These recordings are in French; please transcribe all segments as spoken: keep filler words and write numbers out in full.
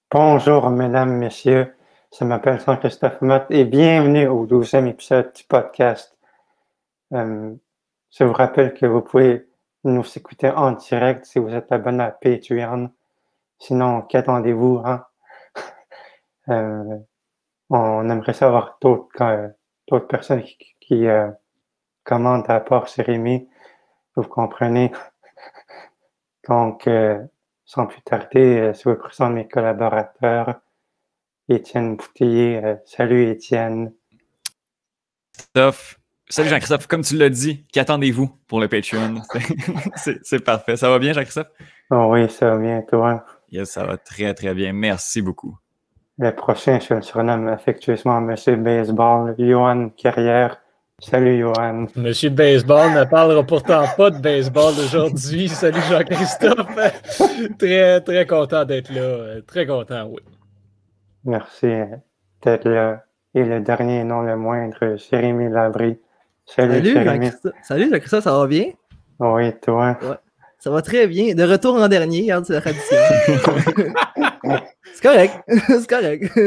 Bonjour, mesdames, messieurs. Je m'appelle Jean-Christophe Motte et bienvenue au douzième épisode du podcast. Euh, je vous rappelle que vous pouvez nous écouter en direct si vous êtes abonné à Patreon. Sinon, qu'attendez-vous, hein? Euh, on aimerait savoir d'autres, euh, d'autres personnes qui, qui euh, commentent à part Jérémy. Vous comprenez? Donc, euh, sans plus tarder, euh, je vous présente mes collaborateurs. Étienne Boutillier. Euh, salut Étienne. Christophe. Salut Jean-Christophe, comme tu l'as dit, qu'attendez-vous pour le Patreon? c'est, c'est parfait. Ça va bien, Jean-Christophe? Oh oui, ça va bien, toi? Yes, ça va très, très bien. Merci beaucoup. Le prochain, je le surnomme affectueusement Monsieur Baseball, Johan Carrière. Salut, Johan. Monsieur Baseball ne parlera pourtant pas de baseball aujourd'hui. Salut Jean-Christophe. Très, très content d'être là. Très content, oui. Merci d'être là. Et le dernier, non le moindre, Jérémy Labrie. Salut, Salut Jérémy. Jean-Christophe. Salut Jean-Christophe, ça va bien? Oui, toi? Ouais. Ça va très bien. De retour en dernier, regarde, c'est la tradition. C'est correct. C'est correct.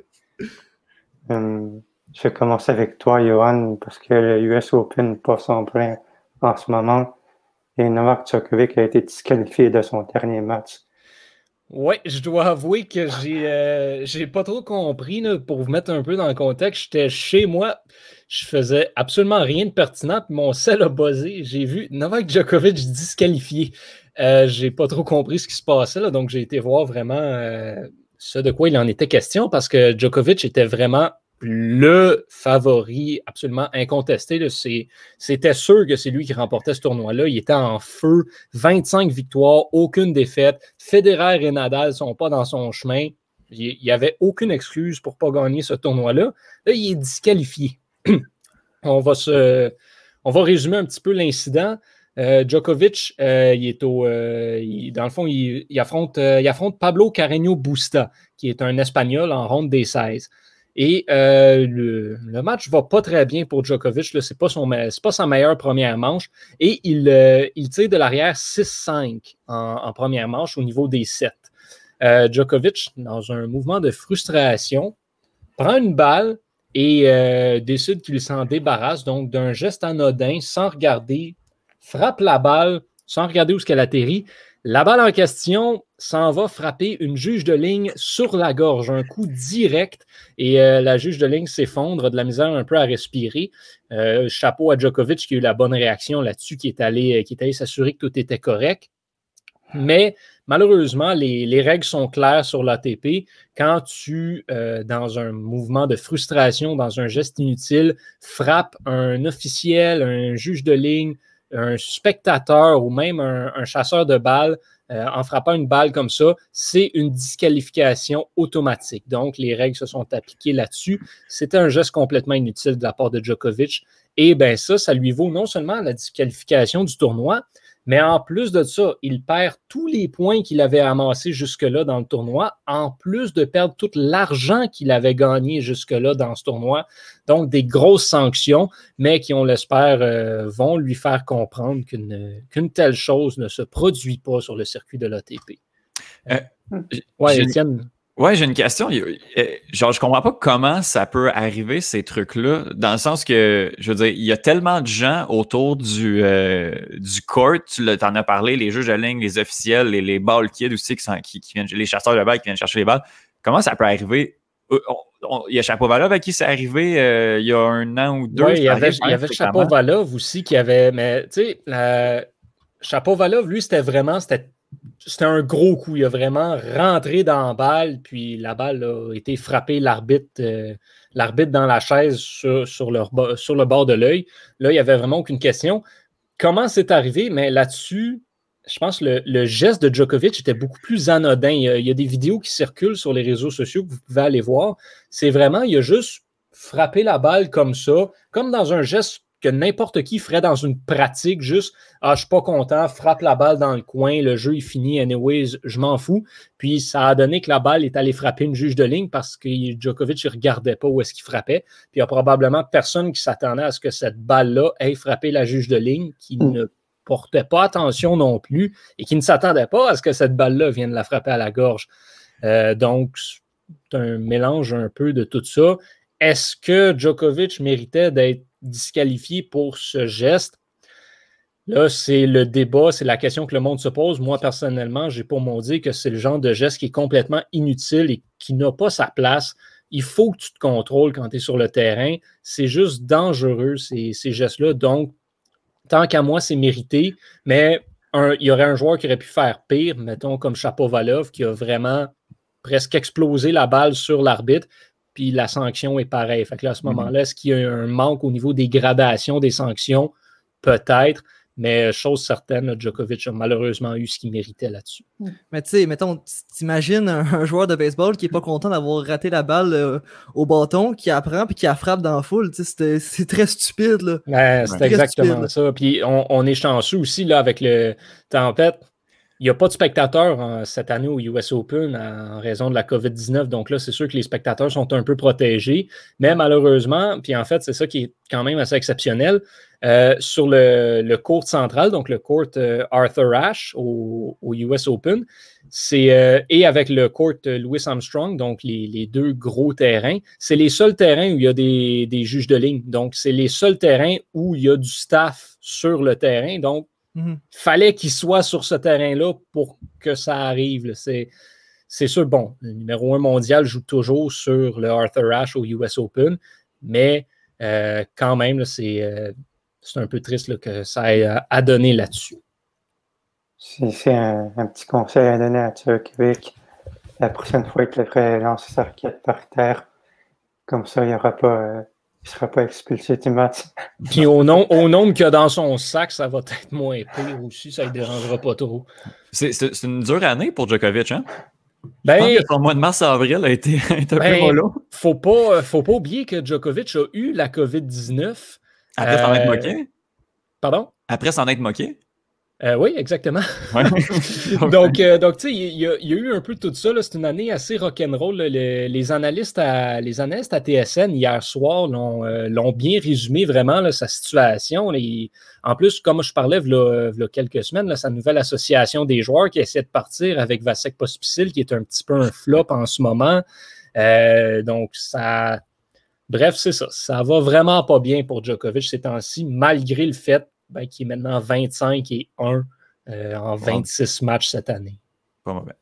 Hum, je vais commencer avec toi, Johan, parce que le U S Open passe en plein en ce moment. Et Novak Djokovic a été disqualifié de son dernier match. Oui, je dois avouer que j'ai euh, j'ai pas trop compris, là, pour vous mettre un peu dans le contexte. J'étais chez moi, je faisais absolument rien de pertinent, puis mon cell a buzzé. J'ai vu Novak Djokovic disqualifié. Euh, j'ai pas trop compris ce qui se passait, là, donc j'ai été voir vraiment euh, ce de quoi il en était question, parce que Djokovic était vraiment le favori absolument incontesté. Là. C'est, c'était sûr que c'est lui qui remportait ce tournoi-là. Il était en feu, vingt-cinq victoires, aucune défaite. Federer et Nadal ne sont pas dans son chemin. Il n'y avait aucune excuse pour ne pas gagner ce tournoi-là. Là, il est disqualifié. on, va se, on va résumer un petit peu l'incident. Euh, Djokovic, euh, il est au, euh, il, dans le fond, il, il, affronte, euh, il affronte Pablo Carreño Busta, qui est un Espagnol en ronde des seize. Et euh, le, le match ne va pas très bien pour Djokovic. Ce n'est pas, pas sa meilleure première manche. Et il, euh, il tire de l'arrière six cinq en, en première manche au niveau des sets. Euh, Djokovic, dans un mouvement de frustration, prend une balle et euh, décide qu'il s'en débarrasse. Donc, d'un geste anodin, sans regarder, frappe la balle, sans regarder où est-ce qu'elle atterrit. La balle en question s'en va frapper une juge de ligne sur la gorge, un coup direct, et euh, la juge de ligne s'effondre, a de la misère un peu à respirer. Euh, chapeau à Djokovic qui a eu la bonne réaction là-dessus, qui est allé, qui est allé s'assurer que tout était correct. Mais malheureusement, les, les règles sont claires sur l'A T P. Quand tu, euh, dans un mouvement de frustration, dans un geste inutile, frappes un officiel, un juge de ligne, un spectateur ou même un, un chasseur de balles, euh, en frappant une balle comme ça, c'est une disqualification automatique. Donc, les règles se sont appliquées là-dessus. C'était un geste complètement inutile de la part de Djokovic. Et bien ça, ça lui vaut non seulement la disqualification du tournoi, mais en plus de ça, il perd tous les points qu'il avait amassés jusque-là dans le tournoi, en plus de perdre tout l'argent qu'il avait gagné jusque-là dans ce tournoi. Donc, des grosses sanctions, mais qui, on l'espère, euh, vont lui faire comprendre qu'une, qu'une telle chose ne se produit pas sur le circuit de l'A T P. Euh, ouais, j'ai... Étienne. Ouais, j'ai une question. Genre, je comprends pas comment ça peut arriver, ces trucs-là, dans le sens que, je veux dire, il y a tellement de gens autour du, euh, du court, tu en as parlé, les juges de ligne, les officiels, les, les ball kids aussi, qui, sont, qui, qui viennent, les chasseurs de balles qui viennent chercher les balles. Comment ça peut arriver? On, on, il y a Shapovalov à qui c'est arrivé euh, il y a un an ou deux. Oui, il y avait, il y avait Shapovalov aussi qui avait, mais tu sais, la... Shapovalov, lui, c'était vraiment, c'était C'était un gros coup. Il a vraiment rentré dans la balle, puis la balle a été frappée l'arbitre, euh, l'arbitre dans la chaise sur, sur, le, sur le bord de l'œil. Là, il n'y avait vraiment aucune question. Comment c'est arrivé? Mais là-dessus, je pense que le, le geste de Djokovic était beaucoup plus anodin. Il y, a, il y a des vidéos qui circulent sur les réseaux sociaux que vous pouvez aller voir. C'est vraiment, il a juste frappé la balle comme ça, comme dans un geste que n'importe qui ferait dans une pratique, juste « Ah, je suis pas content, frappe la balle dans le coin, le jeu est fini, anyways, je m'en fous. » Puis ça a donné que la balle est allée frapper une juge de ligne parce que Djokovic ne regardait pas où est-ce qu'il frappait. Puis il n'y a probablement personne qui s'attendait à ce que cette balle-là ait frappé la juge de ligne, qui mm. ne portait pas attention non plus et qui ne s'attendait pas à ce que cette balle-là vienne la frapper à la gorge. Euh, donc, c'est un mélange un peu de tout ça. Est-ce que Djokovic méritait d'être disqualifié pour ce geste? Là, c'est le débat, c'est la question que le monde se pose. Moi, personnellement, j'ai pour mon dire que c'est le genre de geste qui est complètement inutile et qui n'a pas sa place. Il faut que tu te contrôles quand tu es sur le terrain. C'est juste dangereux, ces, ces gestes-là. Donc, tant qu'à moi, c'est mérité. Mais un, il y aurait un joueur qui aurait pu faire pire, mettons comme Shapovalov, qui a vraiment presque explosé la balle sur l'arbitre. Puis la sanction est pareille. Fait que là, à ce moment-là, est-ce qu'il y a un manque au niveau des gradations des sanctions? Peut-être. Mais chose certaine, Djokovic a malheureusement eu ce qu'il méritait là-dessus. Mais tu sais, mettons, t'imagines un, un joueur de baseball qui n'est pas content d'avoir raté la balle euh, au bâton, qui apprend puis qui la frappe dans la foule. C'est, c'est très stupide. Là. Ouais, c'est très exactement stupide, ça. Puis on, on est chanceux aussi là, avec le Tempête. Il n'y a pas de spectateurs hein, cette année au U S Open en raison de la covid dix-neuf. Donc là, c'est sûr que les spectateurs sont un peu protégés. Mais malheureusement, puis en fait, c'est ça qui est quand même assez exceptionnel, euh, sur le, le court central, donc le court euh, Arthur Ashe au, au U S Open, c'est, euh, et avec le court euh, Louis Armstrong, donc les, les deux gros terrains, c'est les seuls terrains où il y a des, des juges de ligne. Donc, c'est les seuls terrains où il y a du staff sur le terrain. Donc, il mm-hmm. fallait qu'il soit sur ce terrain-là pour que ça arrive. C'est, c'est sûr, bon, le numéro un mondial joue toujours sur le Arthur Ashe au U S Open, mais euh, quand même, là, c'est, euh, c'est un peu triste là, que ça ait à, à donner là-dessus. C'est, c'est un, un petit conseil à donner à Djokovic. La prochaine fois, il devrait lancer sa raquette par terre. Comme ça, il n'y aura pas... Euh... Il ne sera pas expulsé du match. Puis au, nom, au nombre qu'il y a dans son sac, ça va être moins pire aussi, ça ne le dérangera pas trop. C'est, c'est, c'est une dure année pour Djokovic, hein? Ben, je pense que son mois de mars-avril a été un ben, peu mollo. Faut pas, faut pas oublier que Djokovic a eu la covid dix-neuf. Après euh, s'en être moqué? Pardon? Après s'en être moqué? Euh, oui, exactement. Ouais. donc, euh, donc tu sais, il y, y a eu un peu de tout ça. Là. C'est une année assez rock'n'roll. Là. Les, les, analystes à, les analystes à T S N, hier soir, l'ont, euh, l'ont bien résumé vraiment là, sa situation. Là. Il, en plus, comme je parlais il y a quelques semaines, là, sa nouvelle association des joueurs qui essaie de partir avec Vasek Pospisil, qui est un petit peu un flop en ce moment. Euh, donc, ça... Bref, c'est ça. Ça va vraiment pas bien pour Djokovic ces temps-ci, malgré le fait Ben, qui est maintenant vingt-cinq et un euh, en vingt-six matchs cette année. Pas mauvais.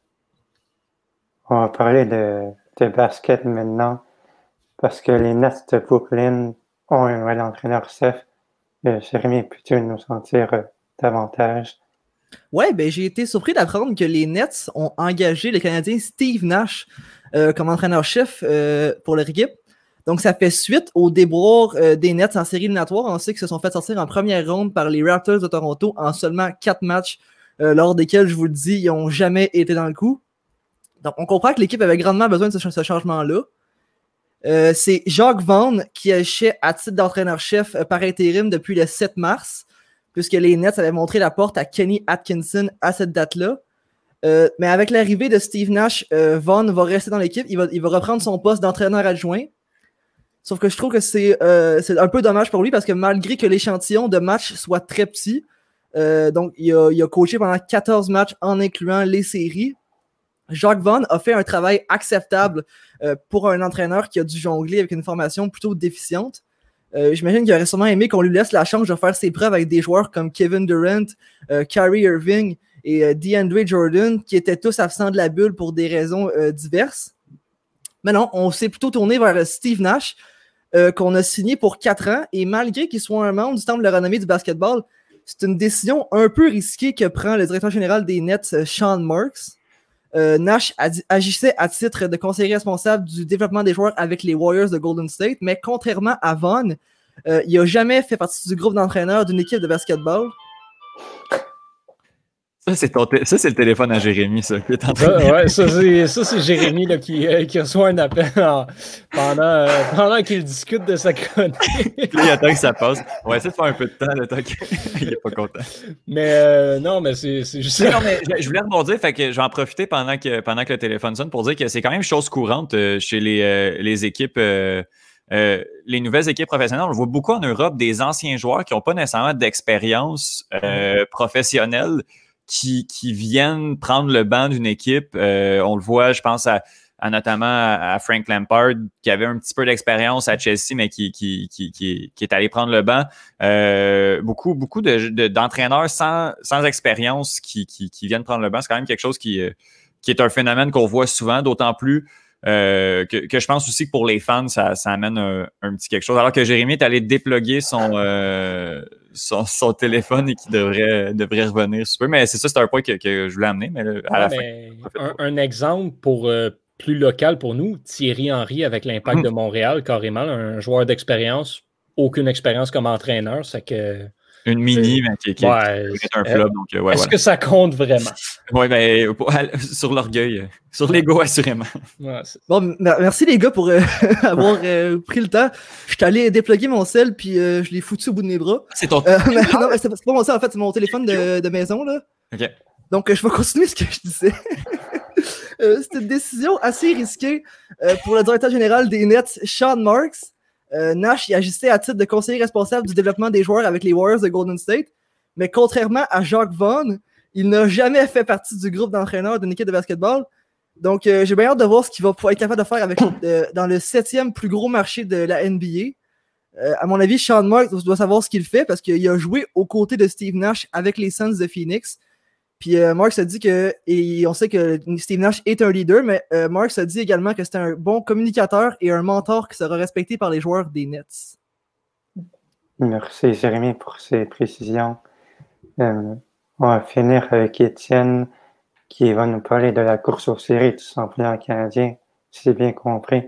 On va parler de, de basket maintenant, parce que les Nets de Brooklyn ont un nouvel entraîneur-chef. Jérémy, peux-tu nous en dire euh, davantage? Ouais, ben j'ai été surpris d'apprendre que les Nets ont engagé le Canadien Steve Nash euh, comme entraîneur-chef euh, pour leur équipe. Donc, ça fait suite au déboire euh, des Nets en série éliminatoire. On sait qu'ils se sont fait sortir en première ronde par les Raptors de Toronto en seulement quatre matchs, euh, lors desquels, je vous le dis, ils n'ont jamais été dans le coup. Donc, on comprend que l'équipe avait grandement besoin de ce, ce changement-là. Euh, c'est Jacques Vaughn qui agissait à titre d'entraîneur-chef euh, par intérim depuis le sept mars, puisque les Nets avaient montré la porte à Kenny Atkinson à cette date-là. Euh, mais avec l'arrivée de Steve Nash, euh, Vaughn va rester dans l'équipe. Il va, il va reprendre son poste d'entraîneur adjoint. Sauf que je trouve que c'est, euh, c'est un peu dommage pour lui parce que malgré que l'échantillon de match soit très petit, euh, donc il a, il a coaché pendant quatorze matchs en incluant les séries, Jacques Vaughn a fait un travail acceptable euh, pour un entraîneur qui a dû jongler avec une formation plutôt déficiente. Euh, j'imagine qu'il aurait sûrement aimé qu'on lui laisse la chance de faire ses preuves avec des joueurs comme Kevin Durant, euh, Kyrie Irving et euh, DeAndre Jordan, qui étaient tous absents de la bulle pour des raisons euh, diverses. Mais non, on s'est plutôt tourné vers Steve Nash, euh, qu'on a signé pour quatre ans, et malgré qu'il soit un membre du temple de la renommée du basketball, c'est une décision un peu risquée que prend le directeur général des Nets, Sean Marks. Euh, Nash ag- agissait à titre de conseiller responsable du développement des joueurs avec les Warriors de Golden State, mais contrairement à Vaughn, euh, il n'a jamais fait partie du groupe d'entraîneurs d'une équipe de basketball. Ça, c'est, ton t- ça, c'est le téléphone à Jérémy, ça. Qui est en train Ça, de... ouais, ça, c'est, ça, c'est Jérémy là, qui, euh, qui reçoit un appel en- pendant, euh, pendant qu'il discute de sa chronique. Là, il attend que ça passe. On va essayer de faire un peu de temps, le temps qu'il n'est pas content. Mais euh, non, mais c'est, c'est juste ça. Non, mais je, je voulais rebondir, fait que je vais en profiter pendant que, pendant que le téléphone sonne pour dire que c'est quand même chose courante euh, chez les, euh, les équipes, euh, euh, les nouvelles équipes professionnelles. On voit beaucoup en Europe des anciens joueurs qui n'ont pas nécessairement d'expérience euh, professionnelle, qui, qui viennent prendre le banc d'une équipe. Euh, on le voit, je pense à, à notamment à, à Frank Lampard, qui avait un petit peu d'expérience à Chelsea, mais qui, qui, qui, qui, qui est allé prendre le banc. Euh, beaucoup beaucoup de, de, d'entraîneurs sans, sans expérience qui, qui, qui viennent prendre le banc. C'est quand même quelque chose qui, qui est un phénomène qu'on voit souvent, d'autant plus Euh, que, que je pense aussi que pour les fans, ça, ça amène un, un petit quelque chose. Alors que Jérémy est allé déploguer son, euh, son, son téléphone et qui devrait, devrait revenir si peu. Mais c'est ça, c'est un point que, que je voulais amener. Mais là, à ouais, la mais fin. Un, un exemple pour euh, plus local pour nous, Thierry Henry avec l'Impact mmh. de Montréal, carrément, un joueur d'expérience, aucune expérience comme entraîneur. C'est que. Une mini, mais qui, qui, ouais, qui est un flop. Donc, ouais, est-ce voilà. que ça compte vraiment? Oui, mais sur l'orgueil, sur l'ego, assurément. Ouais, bon, merci les gars pour euh, avoir euh, pris le temps. Je suis allé déploguer mon sel, puis euh, je l'ai foutu au bout de mes bras. C'est ton euh, mais, Non, mais c'est pas mon sel, en fait, c'est mon téléphone de, de maison. Là. OK. Donc, euh, je vais continuer ce que je disais. euh, C'était une décision assez risquée euh, pour le directeur général des Nets, Sean Marks. Euh, Nash y agissait à titre de conseiller responsable du développement des joueurs avec les Warriors de Golden State, mais contrairement à Jacques Vaughn, il n'a jamais fait partie du groupe d'entraîneurs d'une équipe de basketball. Donc, euh, j'ai bien hâte de voir ce qu'il va pouvoir être capable de faire avec, euh, dans le septième plus gros marché de la N B A. Euh, à mon avis, Sean Marks doit savoir ce qu'il fait parce qu'il a joué aux côtés de Steve Nash avec les Suns de Phoenix. Puis euh, Marks a dit que, et on sait que Steve Nash est un leader, mais euh, Marks a dit également que c'était un bon communicateur et un mentor qui sera respecté par les joueurs des Nets. Merci Jérémy pour ces précisions. Euh, on va finir avec Étienne qui va nous parler de la course aux séries du championnat canadien, si j'ai bien compris.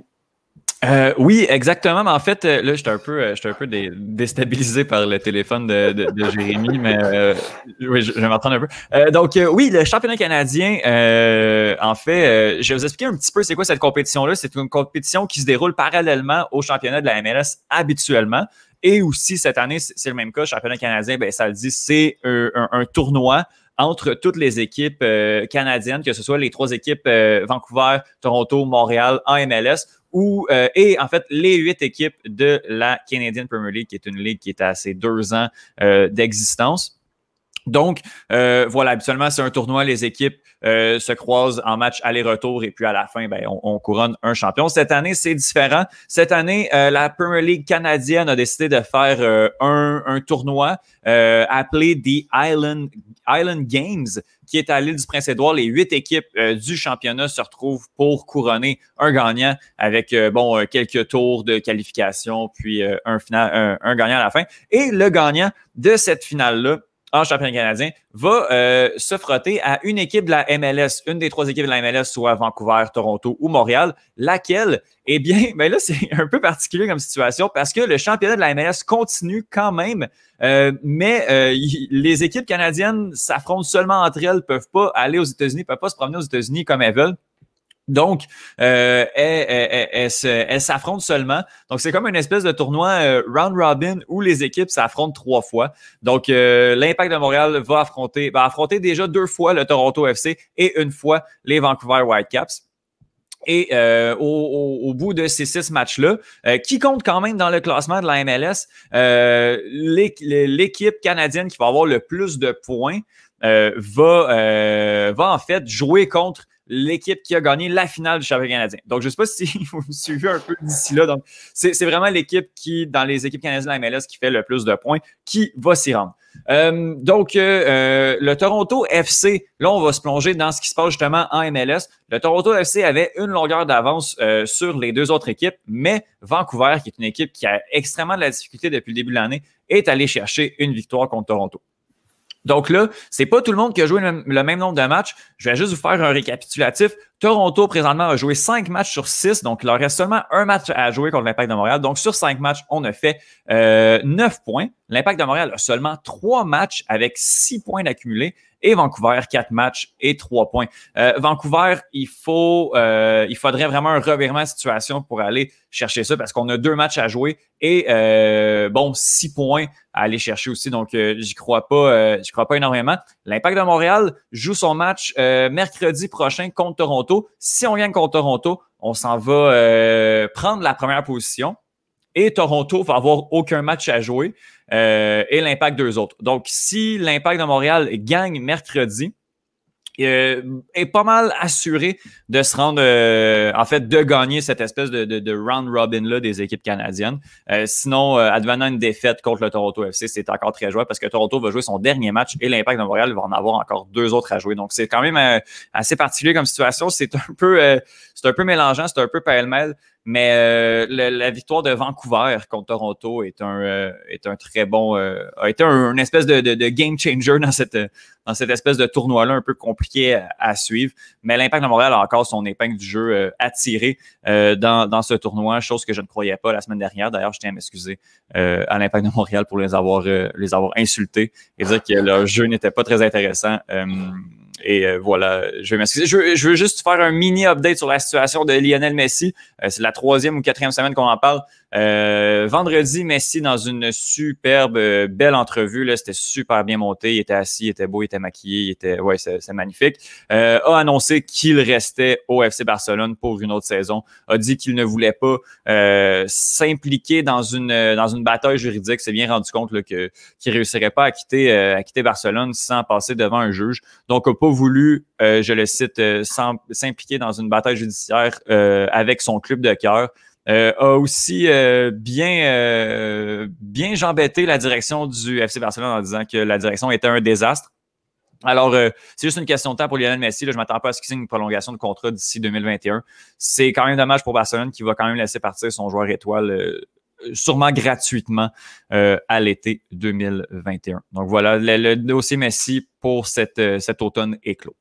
Euh, oui, exactement. Mais en fait, là, j'étais un peu, j'étais un peu dé- déstabilisé par le téléphone de, de, de Jérémy, mais euh, oui, je, je vais m'entendre un peu. Euh, donc, euh, oui, le championnat canadien, euh, en fait, euh, je vais vous expliquer un petit peu c'est quoi cette compétition-là. C'est une compétition qui se déroule parallèlement au championnat de la M L S habituellement. Et aussi, cette année, c'est le même cas. Le championnat canadien, ben, ça le dit, c'est un, un, un tournoi entre toutes les équipes euh, canadiennes, que ce soit les trois équipes euh, Vancouver, Toronto, Montréal en M L S, ou euh, et en fait les huit équipes de la Canadian Premier League, qui est une ligue qui est à ses deux ans euh, d'existence. Donc, euh, voilà, habituellement, c'est un tournoi, les équipes euh, se croisent en match aller-retour et puis à la fin, ben, on, on couronne un champion. Cette année, c'est différent. Cette année, euh, la Premier League canadienne a décidé de faire euh, un, un tournoi euh, appelé The Island, Island Games, qui est à l'île du Prince-Édouard. Les huit équipes euh, du championnat se retrouvent pour couronner un gagnant avec euh, bon euh, quelques tours de qualification, puis euh, un, final, un, un gagnant à la fin. Et le gagnant de cette finale-là, en championnat canadien, va euh, se frotter à une équipe de la M L S, une des trois équipes de la M L S, soit Vancouver, Toronto ou Montréal, laquelle, eh bien, ben là, c'est un peu particulier comme situation parce que le championnat de la M L S continue quand même, euh, mais euh, y, les équipes canadiennes s'affrontent seulement entre elles, ne peuvent pas aller aux États-Unis, ne peuvent pas se promener aux États-Unis comme elles veulent. Donc, euh, elles, elles, elles, elles s'affrontent seulement. Donc, c'est comme une espèce de tournoi euh, round robin où les équipes s'affrontent trois fois. Donc, euh, l'Impact de Montréal va affronter, va affronter déjà deux fois le Toronto F C et une fois les Vancouver Whitecaps. Et euh, au, au, au bout de ces six matchs-là, euh, qui compte quand même dans le classement de la M L S, euh, l'équipe canadienne qui va avoir le plus de points euh, va, euh, va en fait jouer contre l'équipe qui a gagné la finale du championnat canadien. Donc, je ne sais pas si vous me suivez un peu d'ici là. Donc, c'est, c'est vraiment l'équipe qui, dans les équipes canadiennes de la M L S, qui fait le plus de points, qui va s'y rendre. Euh, donc, euh, le Toronto F C, là, on va se plonger dans ce qui se passe justement en M L S. Le Toronto F C avait une longueur d'avance euh, sur les deux autres équipes, mais Vancouver, qui est une équipe qui a extrêmement de la difficulté depuis le début de l'année, est allé chercher une victoire contre Toronto. Donc là, c'est pas tout le monde qui a joué le, le même nombre de matchs. Je vais juste vous faire un récapitulatif. Toronto, présentement, a joué cinq matchs sur six. Donc, il leur reste seulement un match à jouer contre l'Impact de Montréal. Donc, sur cinq matchs, on a fait euh, neuf points. L'Impact de Montréal a seulement trois matchs avec six points d'accumulés. Et Vancouver, quatre matchs et trois points. Euh, Vancouver, il faut, euh, il faudrait vraiment un revirement de situation pour aller chercher ça parce qu'on a deux matchs à jouer et euh, bon, six points à aller chercher aussi. Donc, euh, j'y crois pas, euh, j'y crois pas énormément. L'Impact de Montréal joue son match euh, mercredi prochain contre Toronto. Si on gagne contre Toronto, on s'en va euh, prendre la première position. et Toronto va avoir aucun match à jouer euh, et l'Impact deux autres. Donc, si l'Impact de Montréal gagne mercredi, Euh, est pas mal assuré de se rendre, euh, en fait, de gagner cette espèce de, de, de round robin-là des équipes canadiennes. Euh, sinon, euh, advenant une défaite contre le Toronto F C, c'est encore très jouable parce que Toronto va jouer son dernier match et l'Impact de Montréal va en avoir encore deux autres à jouer. Donc, c'est quand même euh, assez particulier comme situation. C'est un peu, euh, c'est un peu mélangeant, c'est un peu pêle-mêle. Mais euh, la, la victoire de Vancouver contre Toronto est un, euh, est un très bon, euh, a été un, une espèce de, de, de game changer dans cette, dans cette espèce de tournoi-là un peu compliqué à, à suivre. Mais l'Impact de Montréal a encore son épingle du jeu euh, à tirer euh, dans, dans ce tournoi, chose que je ne croyais pas la semaine dernière. D'ailleurs, je tiens à m'excuser euh, à l'Impact de Montréal pour les avoir, euh, les avoir insultés et dire que leur jeu n'était pas très intéressant. Euh, Et euh, voilà, je vais m'excuser. Je veux, je veux juste faire un mini update sur la situation de Lionel Messi. Euh, c'est la troisième ou quatrième semaine qu'on en parle. Euh, vendredi, Messi, dans une superbe, euh, belle entrevue, là, c'était super bien monté. Il était assis, il était beau, il était maquillé, il était, ouais, c'est, c'est magnifique. Euh, a annoncé qu'il restait au F C Barcelone pour une autre saison. A dit qu'il ne voulait pas euh, s'impliquer dans une dans une bataille juridique. S'est bien rendu compte là, que qu'il réussirait pas à quitter euh, à quitter Barcelone sans passer devant un juge. Donc, a pas voulu, euh, je le cite, euh, sans, s'impliquer dans une bataille judiciaire euh, avec son club de cœur. Euh, a aussi euh, bien, euh, bien jambetté la direction du F C Barcelone en disant que la direction était un désastre. Alors, euh, c'est juste une question de temps pour Lionel Messi. Là, je ne m'attends pas à ce qu'il signe une prolongation de contrat d'ici deux mille vingt et un. C'est quand même dommage pour Barcelone qui va quand même laisser partir son joueur étoile euh, sûrement gratuitement euh, à l'été deux mille vingt et un. Donc voilà, le, le dossier Messi pour cette, euh, cet automne est clos.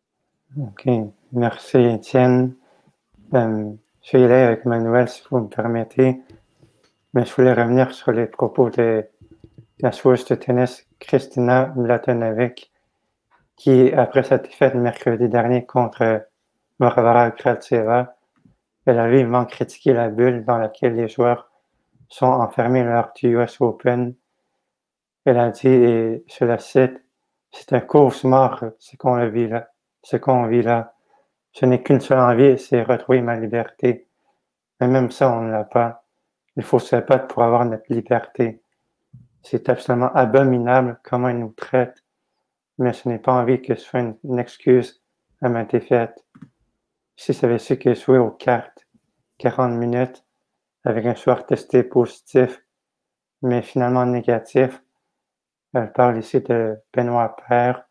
OK. Merci, Étienne. Euh, je vais y aller avec ma nouvelle, si vous me permettez. Mais je voulais revenir sur les propos de la joueuse de tennis Kristina Mladenovic, qui, après sa défaite mercredi dernier contre Varvara Gracheva, elle a vivement critiqué la bulle dans laquelle les joueurs sont enfermés lors du U S Open. Elle a dit, et je la cite, « C'est un cauchemar ce qu'on vit là. Ce qu'on vit là. Je n'ai qu'une seule envie, c'est retrouver ma liberté. Mais même ça, on ne l'a pas. Il faut se battre pour avoir notre liberté. C'est absolument abominable comment ils nous traitent. Mais je n'ai pas envie que ce soit une, une excuse à ma défaite. Si j'avais su que jouer aux cartes quarante minutes avec un joueur testé positif, mais finalement négatif, elle parle ici de Benoît Paire,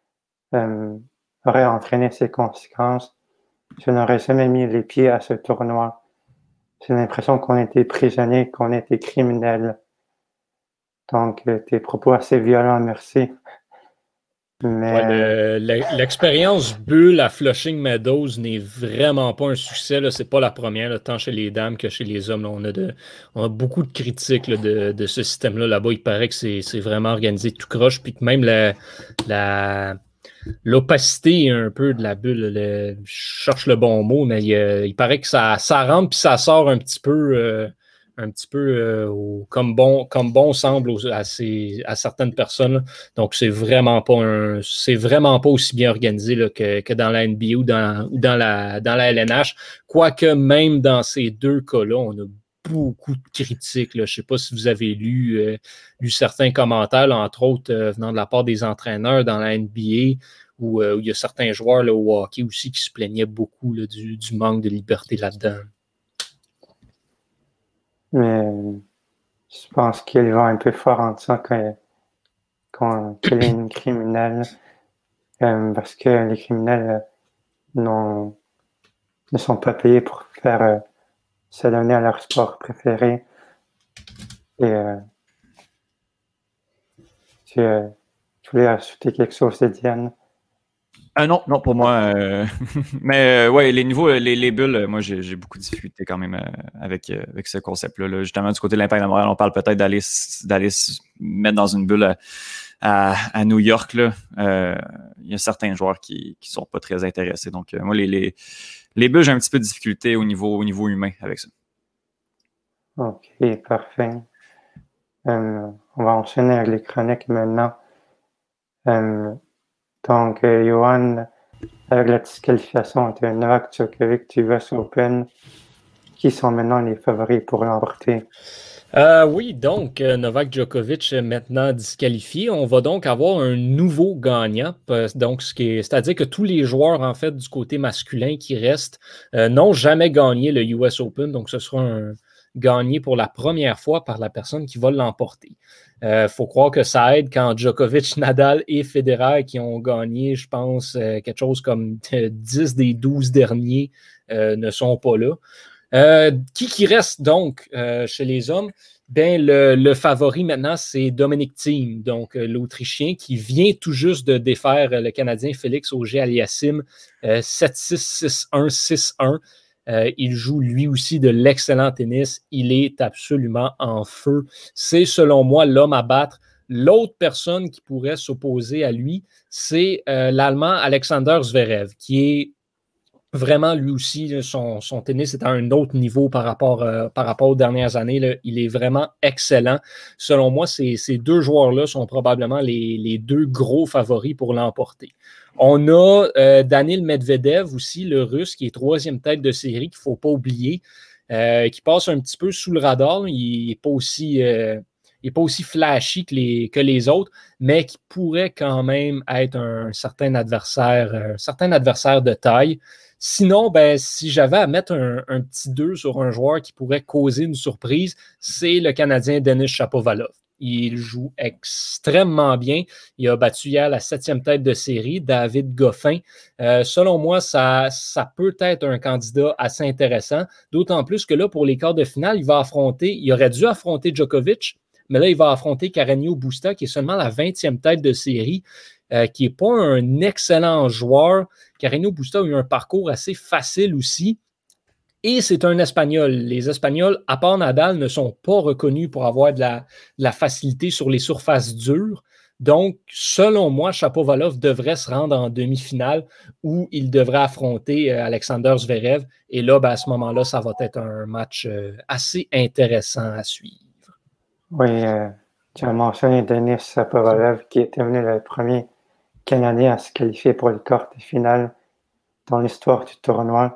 euh, aurait entraîné ses conséquences. Je n'aurais jamais mis les pieds à ce tournoi. J'ai l'impression qu'on était prisonniers, qu'on était criminels. Donc, tes propos assez violents, merci. Mais... Ouais, le, l'expérience bulle à Flushing Meadows n'est vraiment pas un succès. Là. C'est pas la première, là, tant chez les dames que chez les hommes. Là. On, a de, on a beaucoup de critiques là, de, de ce système-là. Là-bas, il paraît que c'est, c'est vraiment organisé tout croche, puis que même la, la, l'opacité un peu de la bulle, le, je cherche le bon mot, mais il, il paraît que ça, ça rentre puis ça sort un petit peu... Euh, un petit peu euh, au, comme bon comme bon semble aux, à, ces, à certaines personnes. Donc, c'est vraiment pas un c'est vraiment pas aussi bien organisé là, que, que dans la N B A ou dans, ou dans la dans la L N H. Quoique même dans ces deux cas-là, on a beaucoup de critiques. Là. Je ne sais pas si vous avez lu, euh, lu certains commentaires, là, entre autres euh, venant de la part des entraîneurs dans la N B A, où, euh, où il y a certains joueurs là, au hockey aussi qui se plaignaient beaucoup là, du, du manque de liberté là-dedans. Mais je pense qu'il va un peu fort en disant que, qu'on, qu'elle est une criminelle, euh, parce que les criminels n'ont, ne sont pas payés pour faire euh, s'adonner à leur sport préféré. Et euh, tu, euh, tu voulais ajouter quelque chose, Étienne? Euh, non, non, pour moi. Euh, mais euh, ouais, les niveaux, les, les bulles, euh, moi, j'ai, j'ai beaucoup de difficultés quand même euh, avec, euh, avec ce concept-là. Là. Justement, du côté de l'Impact de Montréal, on parle peut-être d'aller, d'aller se mettre dans une bulle à, à, à New York. Là. Euh, il y a certains joueurs qui ne sont pas très intéressés. Donc, euh, moi, les, les, les bulles, j'ai un petit peu de difficulté au niveau, au niveau humain avec ça. OK, parfait. Euh, on va enchaîner avec les chroniques maintenant. Euh, Donc, euh, Johan, avec la disqualification de Novak Djokovic du U S Open, qui sont maintenant les favoris pour l'emporter? Euh, oui, donc euh, Novak Djokovic est maintenant disqualifié. On va donc avoir un nouveau gagnant. euh, Donc, ce qui est, c'est-à-dire que tous les joueurs en fait du côté masculin qui restent euh, n'ont jamais gagné le U S Open. Donc, ce sera un gagné pour la première fois par la personne qui va l'emporter. Il euh, faut croire que ça aide quand Djokovic, Nadal et Federer qui ont gagné, je pense, euh, quelque chose comme dix des douze derniers euh, ne sont pas là. Euh, qui qui reste donc euh, chez les hommes? Ben, le, le favori maintenant, c'est Dominic Thiem, donc euh, l'Autrichien qui vient tout juste de défaire euh, le Canadien Félix Auger-Aliassime euh, sept six, six un, six un. Euh, il joue lui aussi de l'excellent tennis. Il est absolument en feu. C'est selon moi l'homme à battre. L'autre personne qui pourrait s'opposer à lui, c'est euh, l'Allemand Alexander Zverev, qui est vraiment, lui aussi, son, son tennis est à un autre niveau par rapport, euh, par rapport aux dernières années. Là. Il est vraiment excellent. Selon moi, ces, ces deux joueurs-là sont probablement les, les deux gros favoris pour l'emporter. On a euh, Daniil Medvedev aussi, le Russe, qui est troisième tête de série, qu'il ne faut pas oublier, euh, qui passe un petit peu sous le radar. Il n'est pas aussi... Euh, Il n'est pas aussi flashy que les, que les autres, mais qui pourrait quand même être un certain adversaire, un certain adversaire de taille. Sinon, ben, si j'avais à mettre un, un petit deux sur un joueur qui pourrait causer une surprise, c'est le Canadien Denis Shapovalov. Il joue extrêmement bien. Il a battu hier la septième tête de série, David Goffin. Euh, selon moi, ça, ça peut être un candidat assez intéressant, d'autant plus que là, pour les quarts de finale, il va affronter, il aurait dû affronter Djokovic, mais là, il va affronter Carreño Busta, qui est seulement la vingtième tête de série, euh, qui n'est pas un excellent joueur. Carreño Busta a eu un parcours assez facile aussi. Et c'est un Espagnol. Les Espagnols, à part Nadal, ne sont pas reconnus pour avoir de la, de la facilité sur les surfaces dures. Donc, selon moi, Shapovalov devrait se rendre en demi-finale où il devrait affronter euh, Alexander Zverev. Et là, ben, à ce moment-là, ça va être un match euh, assez intéressant à suivre. Oui, euh, tu as mentionné Denis Shapovalov, qui est devenu le premier Canadien à se qualifier pour les quarts de finale dans l'histoire du tournoi,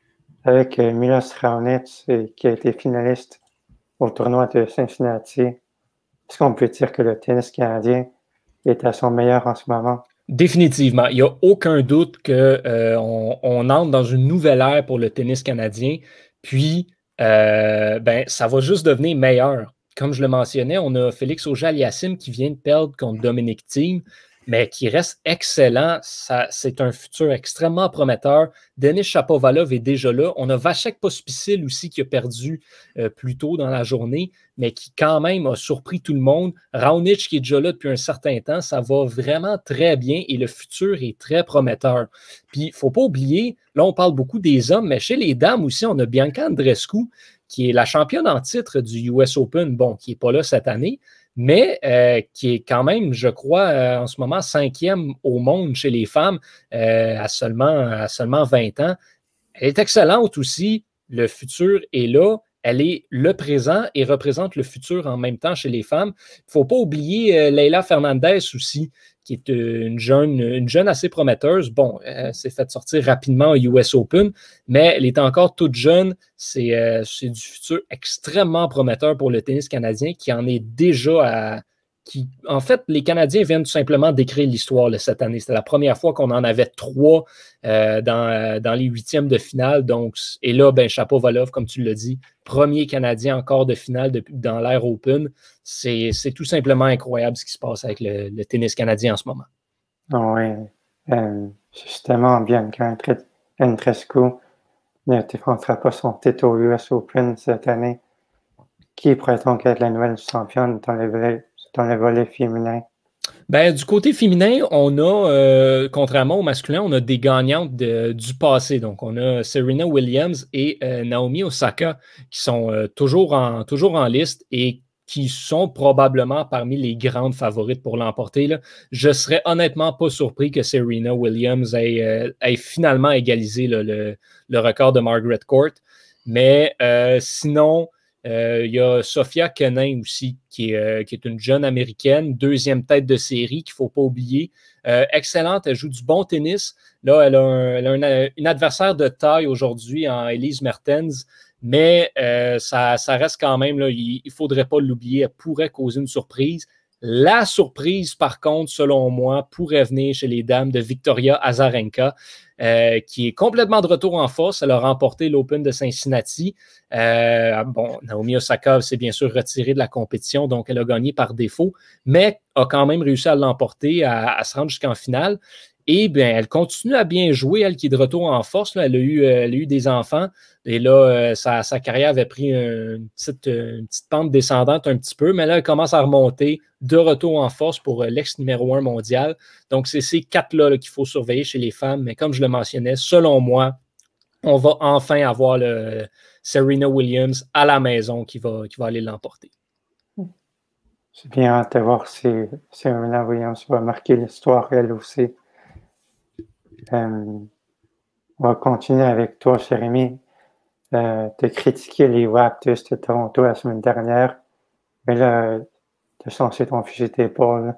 avec euh, Milos Raonic, qui a été finaliste au tournoi de Cincinnati. Est-ce qu'on peut dire que le tennis canadien est à son meilleur en ce moment? Définitivement. Il n'y a aucun doute qu'on euh, on entre dans une nouvelle ère pour le tennis canadien. Puis, euh, ben, ça va juste devenir meilleur. Comme je le mentionnais, on a Félix Auger-Aliassime qui vient de perdre contre Dominic Thiem, mais qui reste excellent. Ça, c'est un futur extrêmement prometteur. Denis Shapovalov est déjà là. On a Vasek Pospisil aussi qui a perdu euh, plus tôt dans la journée, mais qui quand même a surpris tout le monde. Raonic qui est déjà là depuis un certain temps. Ça va vraiment très bien et le futur est très prometteur. Puis, il ne faut pas oublier, là, on parle beaucoup des hommes, mais chez les dames aussi, on a Bianca Andreescu, qui est la championne en titre du U S Open, bon, qui n'est pas là cette année, mais euh, qui est quand même, je crois, euh, en ce moment, cinquième au monde chez les femmes euh, à, seulement, à seulement vingt ans. Elle est excellente aussi. Le futur est là. Elle est le présent et représente le futur en même temps chez les femmes. Il ne faut pas oublier euh, Leila Fernandez aussi, qui est une jeune, une jeune assez prometteuse. Bon, elle s'est fait sortir rapidement au U S Open, mais elle est encore toute jeune. C'est, euh, c'est du futur extrêmement prometteur pour le tennis canadien qui en est déjà à... Qui, en fait, les Canadiens viennent tout simplement d'écrire l'histoire là, cette année. C'était la première fois qu'on en avait trois euh, dans, euh, dans les huitièmes de finale. Donc, et là, ben, Shapovalov, comme tu l'as dit, premier Canadien en quart de finale depuis, dans l'ère Open. C'est, c'est tout simplement incroyable ce qui se passe avec le, le tennis canadien en ce moment. Oui, euh, justement, Bianca Andreescu ne défendra pas son titre au U S Open cette année. Qui pourrait donc être la nouvelle championne dans le volet, dans le volet féminin? Ben, du côté féminin, on a, euh, contrairement au masculin, on a des gagnantes de, du passé. Donc, on a Serena Williams et euh, Naomi Osaka qui sont euh, toujours, en, toujours en liste et qui sont probablement parmi les grandes favorites pour l'emporter. Là. Je serais honnêtement pas surpris que Serena Williams ait, euh, ait finalement égalisé là, le, le record de Margaret Court. Mais euh, sinon... Il euh, y a Sofia Kenin aussi, qui est, euh, qui est une jeune Américaine, deuxième tête de série qu'il ne faut pas oublier. Euh, excellente, elle joue du bon tennis. Là, elle a, un, elle a un, une adversaire de taille aujourd'hui en Elise Mertens, Mais euh, ça, ça reste quand même, là, il ne faudrait pas l'oublier, elle pourrait causer une surprise. La surprise, par contre, selon moi, pourrait venir chez les dames de Victoria Azarenka, euh, qui est complètement de retour en force. Elle a remporté l'Open de Cincinnati. Euh, bon, Naomi Osaka s'est bien sûr retirée de la compétition, donc elle a gagné par défaut, mais a quand même réussi à l'emporter, à, à se rendre jusqu'en finale. Et bien, elle continue à bien jouer, elle qui est de retour en force. Là. Elle, a eu, elle a eu des enfants. Et là, euh, sa, sa carrière avait pris une petite, une petite pente descendante un petit peu, mais là, elle commence à remonter de retour en force pour l'ex numéro un mondial. Donc, c'est ces quatre-là là, qu'il faut surveiller chez les femmes. Mais comme je le mentionnais, selon moi, on va enfin avoir le Serena Williams à la maison qui va, qui va aller l'emporter. J'ai bien hâte de voir si Serena Williams va marquer l'histoire, elle aussi. Euh, on va continuer avec toi, Jérémy. Euh, tu as critiqué les Raptors de Toronto la semaine dernière, mais là, tu as changé ton fusil d'épaule.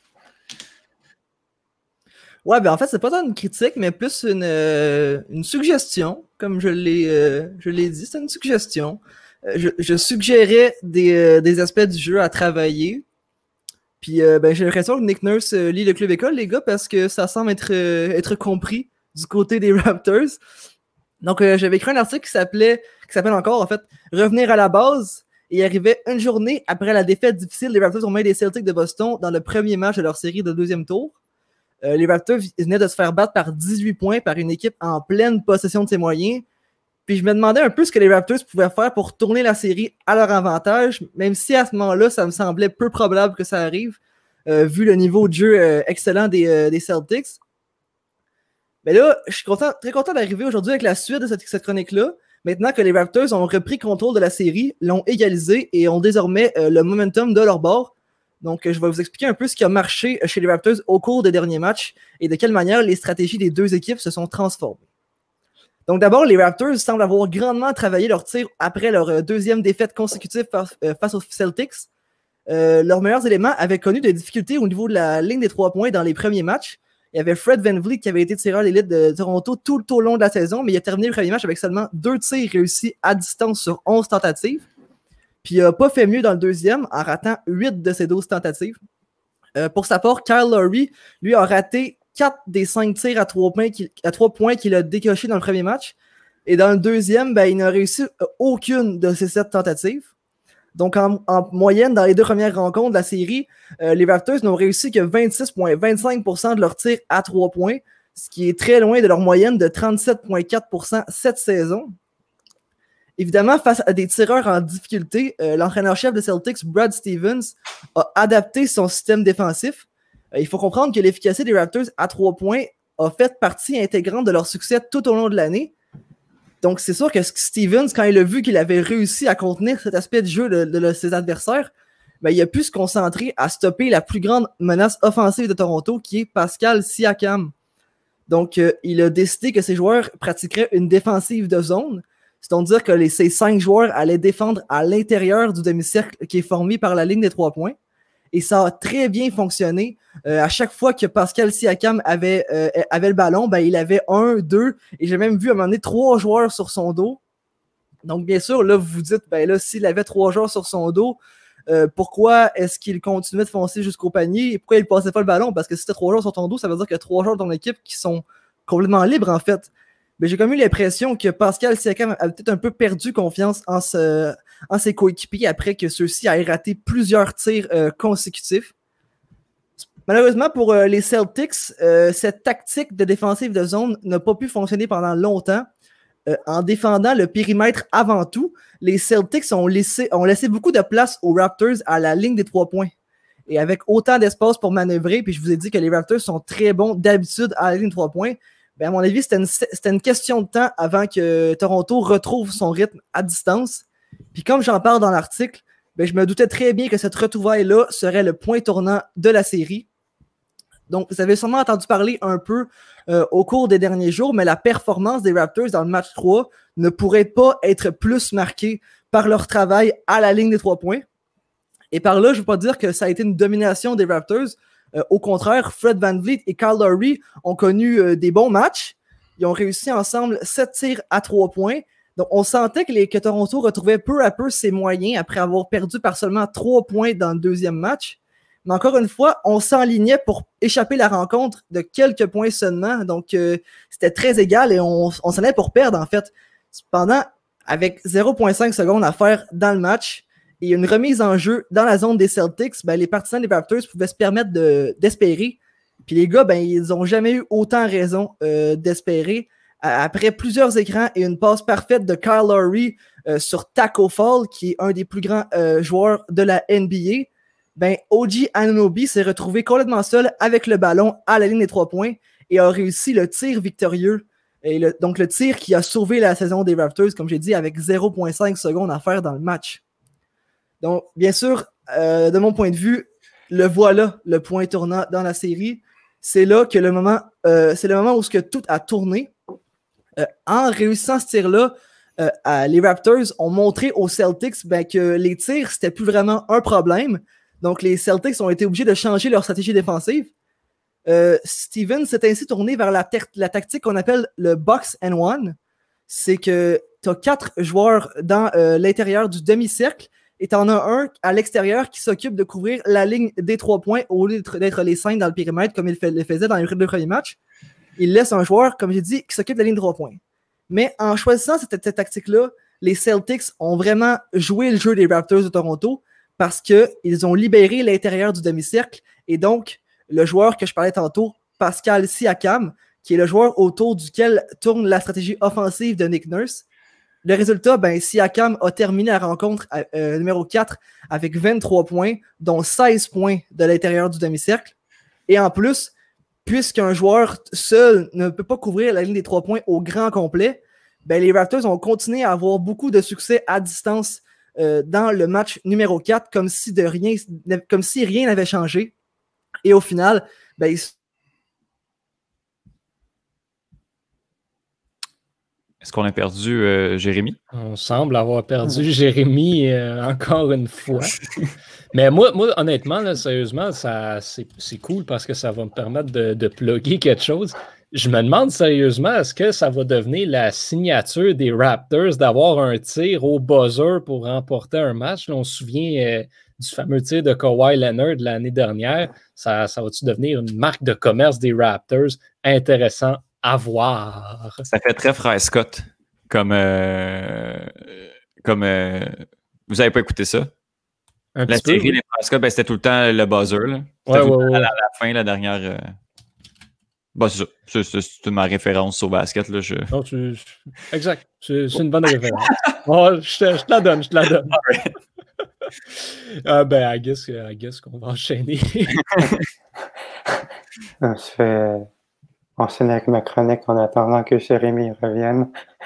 Ouais, ben en fait, c'est pas tant une critique, mais plus une, euh, une suggestion, comme je l'ai, euh, je l'ai dit, c'est une suggestion. Euh, je, je suggérais des, euh, des aspects du jeu à travailler. Puis euh, ben, j'ai l'impression que Nick Nurse euh, lit le club école, les gars, parce que ça semble être, euh, être compris du côté des Raptors. Donc, euh, j'avais écrit un article qui s'appelait, qui s'appelle encore, en fait, « Revenir à la base ». Et il arrivait une journée après la défaite difficile des Raptors aux mains des Celtics de Boston dans le premier match de leur série de deuxième tour. Euh, les Raptors venaient de se faire battre par dix-huit points par une équipe en pleine possession de ses moyens. Puis je me demandais un peu ce que les Raptors pouvaient faire pour tourner la série à leur avantage, même si à ce moment-là, ça me semblait peu probable que ça arrive, euh, vu le niveau de jeu euh, excellent des, euh, des Celtics. Mais là, je suis content, très content d'arriver aujourd'hui avec la suite de cette, cette chronique-là. Maintenant que les Raptors ont repris contrôle de la série, l'ont égalisé et ont désormais euh, le momentum de leur bord. Donc, je vais vous expliquer un peu ce qui a marché chez les Raptors au cours des derniers matchs et de quelle manière les stratégies des deux équipes se sont transformées. Donc, d'abord, les Raptors semblent avoir grandement travaillé leur tir après leur deuxième défaite consécutive face aux Celtics. Euh, leurs meilleurs éléments avaient connu des difficultés au niveau de la ligne des trois points dans les premiers matchs. Il y avait Fred VanVleet qui avait été tireur d'élite de Toronto tout, tout au long de la saison, mais il a terminé le premier match avec seulement deux tirs réussis à distance sur onze tentatives. Puis il n'a pas fait mieux dans le deuxième en ratant huit de ses douze tentatives. Euh, pour sa part, Kyle Lowry, lui, a raté quatre des cinq tirs à trois points qu'il, à trois points qu'il a décoché dans le premier match. Et dans le deuxième, ben, il n'a réussi aucune de ses sept tentatives. Donc, en, en moyenne, dans les deux premières rencontres de la série, euh, les Raptors n'ont réussi que vingt-six virgule vingt-cinq pour cent de leurs tirs à trois points, ce qui est très loin de leur moyenne de trente-sept virgule quatre pour cent cette saison. Évidemment, face à des tireurs en difficulté, euh, l'entraîneur-chef de Celtics, Brad Stevens, a adapté son système défensif. Euh, il faut comprendre que l'efficacité des Raptors à trois points a fait partie intégrante de leur succès tout au long de l'année. Donc, c'est sûr que Stevens, quand il a vu qu'il avait réussi à contenir cet aspect du jeu de, de, de ses adversaires, ben, il a pu se concentrer à stopper la plus grande menace offensive de Toronto, qui est Pascal Siakam. Donc, euh, il a décidé que ses joueurs pratiqueraient une défensive de zone, c'est-à-dire que les, ces cinq joueurs allaient défendre à l'intérieur du demi-cercle qui est formé par la ligne des trois points. Et ça a très bien fonctionné. Euh, à chaque fois que Pascal Siakam avait, euh, avait le ballon, ben, il avait un, deux, et j'ai même vu à un moment donné trois joueurs sur son dos. Donc, bien sûr, là, vous vous dites, ben là, s'il avait trois joueurs sur son dos, euh, pourquoi est-ce qu'il continuait de foncer jusqu'au panier et pourquoi il ne passait pas le ballon? Parce que si tu as trois joueurs sur ton dos, ça veut dire qu'il y a trois joueurs dans ton équipe qui sont complètement libres, en fait. Mais j'ai comme eu l'impression que Pascal Siakam a peut-être un peu perdu confiance en, ce, en ses coéquipiers après que ceux-ci aient raté plusieurs tirs euh, consécutifs. Malheureusement pour euh, les Celtics, euh, cette tactique de défensive de zone n'a pas pu fonctionner pendant longtemps. Euh, en défendant le périmètre avant tout, les Celtics ont laissé, ont laissé beaucoup de place aux Raptors à la ligne des trois points. Et avec autant d'espace pour manœuvrer, puis je vous ai dit que les Raptors sont très bons d'habitude à la ligne des trois points, ben à mon avis, c'était une, c'était une question de temps avant que Toronto retrouve son rythme à distance. Puis comme j'en parle dans l'article, ben je me doutais très bien que cette retrouvaille-là serait le point tournant de la série. Donc, vous avez sûrement entendu parler un peu euh, au cours des derniers jours, mais la performance des Raptors dans le match trois ne pourrait pas être plus marquée par leur travail à la ligne des trois points. Et par là, je ne veux pas dire que ça a été une domination des Raptors. Euh, au contraire, Fred VanVleet et Kyle Lowry ont connu euh, des bons matchs. Ils ont réussi ensemble sept tirs à trois points, Donc, on sentait que, les, que Toronto retrouvait peu à peu ses moyens après avoir perdu par seulement trois points dans le deuxième match. Mais encore une fois, on s'enlignait pour échapper la rencontre de quelques points seulement. Donc, euh, c'était très égal et on, on s'en allait pour perdre, en fait. Cependant, avec zéro virgule cinq secondes à faire dans le match et une remise en jeu dans la zone des Celtics, ben, les partisans des Raptors pouvaient se permettre de, d'espérer. Puis les gars, ben, ils n'ont jamais eu autant raison euh, d'espérer. Après plusieurs écrans et une passe parfaite de Kyle Lowry euh, sur Taco Fall, qui est un des plus grands euh, joueurs de la N B A, ben, O G Anunoby s'est retrouvé complètement seul avec le ballon à la ligne des trois points et a réussi le tir victorieux. Et le, donc le tir qui a sauvé la saison des Raptors, comme j'ai dit, avec zéro virgule cinq secondes à faire dans le match. Donc, bien sûr, euh, de mon point de vue, le voilà, le point tournant dans la série. C'est là que le moment, euh, c'est le moment où ce que tout a tourné. Euh, en réussissant ce tir-là, euh, à, les Raptors ont montré aux Celtics ben, que les tirs, c'était plus vraiment un problème. Donc, les Celtics ont été obligés de changer leur stratégie défensive. Euh, Steven s'est ainsi tourné vers la, ter- la tactique qu'on appelle le box and one. C'est que tu as quatre joueurs dans euh, l'intérieur du demi-cercle et tu en as un à l'extérieur qui s'occupe de couvrir la ligne des trois points au lieu d'être, d'être les cinq dans le périmètre comme il fait, le faisait dans les deux premiers matchs. Il laisse un joueur, comme j'ai dit, qui s'occupe de la ligne de trois points. Mais en choisissant cette, cette tactique-là, les Celtics ont vraiment joué le jeu des Raptors de Toronto parce qu'ils ont libéré l'intérieur du demi-cercle et donc le joueur que je parlais tantôt, Pascal Siakam, qui est le joueur autour duquel tourne la stratégie offensive de Nick Nurse. Le résultat, ben, Siakam a terminé la rencontre euh, numéro quatre avec vingt-trois points, dont seize points de l'intérieur du demi-cercle. Et en plus, puisqu'un joueur seul ne peut pas couvrir la ligne des trois points au grand complet, ben, les Raptors ont continué à avoir beaucoup de succès à distance euh, dans le match numéro quatre, comme si, de rien, comme si rien n'avait changé. Et au final, ben, ils... Est-ce qu'on a perdu euh, Jérémy? On semble avoir perdu Jérémy euh, encore une fois. Mais moi, moi honnêtement, là, sérieusement, ça, c'est, c'est cool parce que ça va me permettre de, de plugger quelque chose. Je me demande sérieusement, est-ce que ça va devenir la signature des Raptors d'avoir un tir au buzzer pour remporter un match? Là, on se souvient euh, du fameux tir de Kawhi Leonard de l'année dernière. Ça, ça va-tu devenir une marque de commerce des Raptors? Intéressant à voir. Ça fait très Frère Scott comme... Euh, comme euh, vous n'avez pas écouté ça? Un la série, oui. Les Frères Scott, ben, c'était tout le temps le buzzer. Là. C'était ouais, tout ouais, le temps ouais. à la, la fin, la dernière... Euh... Bon, c'est ça. C'est, c'est, c'est ma référence au basket. Là, je... non, tu... Exact. C'est, c'est une bonne référence. Bon, je, te, je te la donne, je te la donne. ah, ben, I guess, I guess qu'on va enchaîner. On se fait enchaîner avec ma chronique en attendant que Jérémy revienne.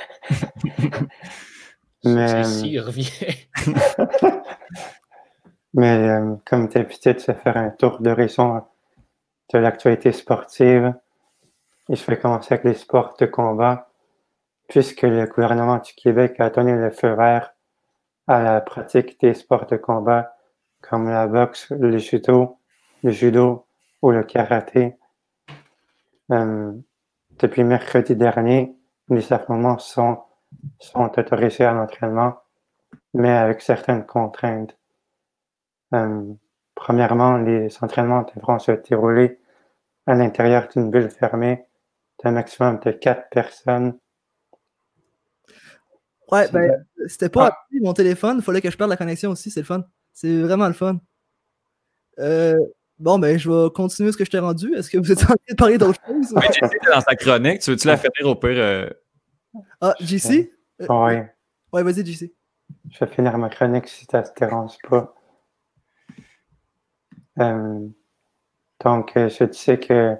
Mais... Si, il revient. Mais euh, comme d'habitude, c'est faire un tour d'horizon de l'actualité sportive. Et je vais commencer avec les sports de combat, puisque le gouvernement du Québec a donné le feu vert à la pratique des sports de combat comme la boxe, le judo, le judo ou le karaté. Euh, depuis mercredi dernier, les affrontements sont, sont autorisés à l'entraînement, mais avec certaines contraintes. Euh, premièrement, les entraînements devront se dérouler à l'intérieur d'une bulle fermée d'un maximum de quatre personnes. Ouais, ben, c'était pas ah. mon téléphone, il fallait que je perde la connexion aussi, c'est le fun. C'est vraiment le fun. Euh, bon, ben, je vais continuer ce que je t'ai rendu. Est-ce que vous êtes en train de parler d'autre chose? Oui, J C, dans sa chronique, tu veux-tu la finir au pire? Euh... Ah, J C? Oui. Euh, ouais, vas-y, J C. Je vais finir ma chronique si ça ne te dérange pas. Euh, donc, je disais que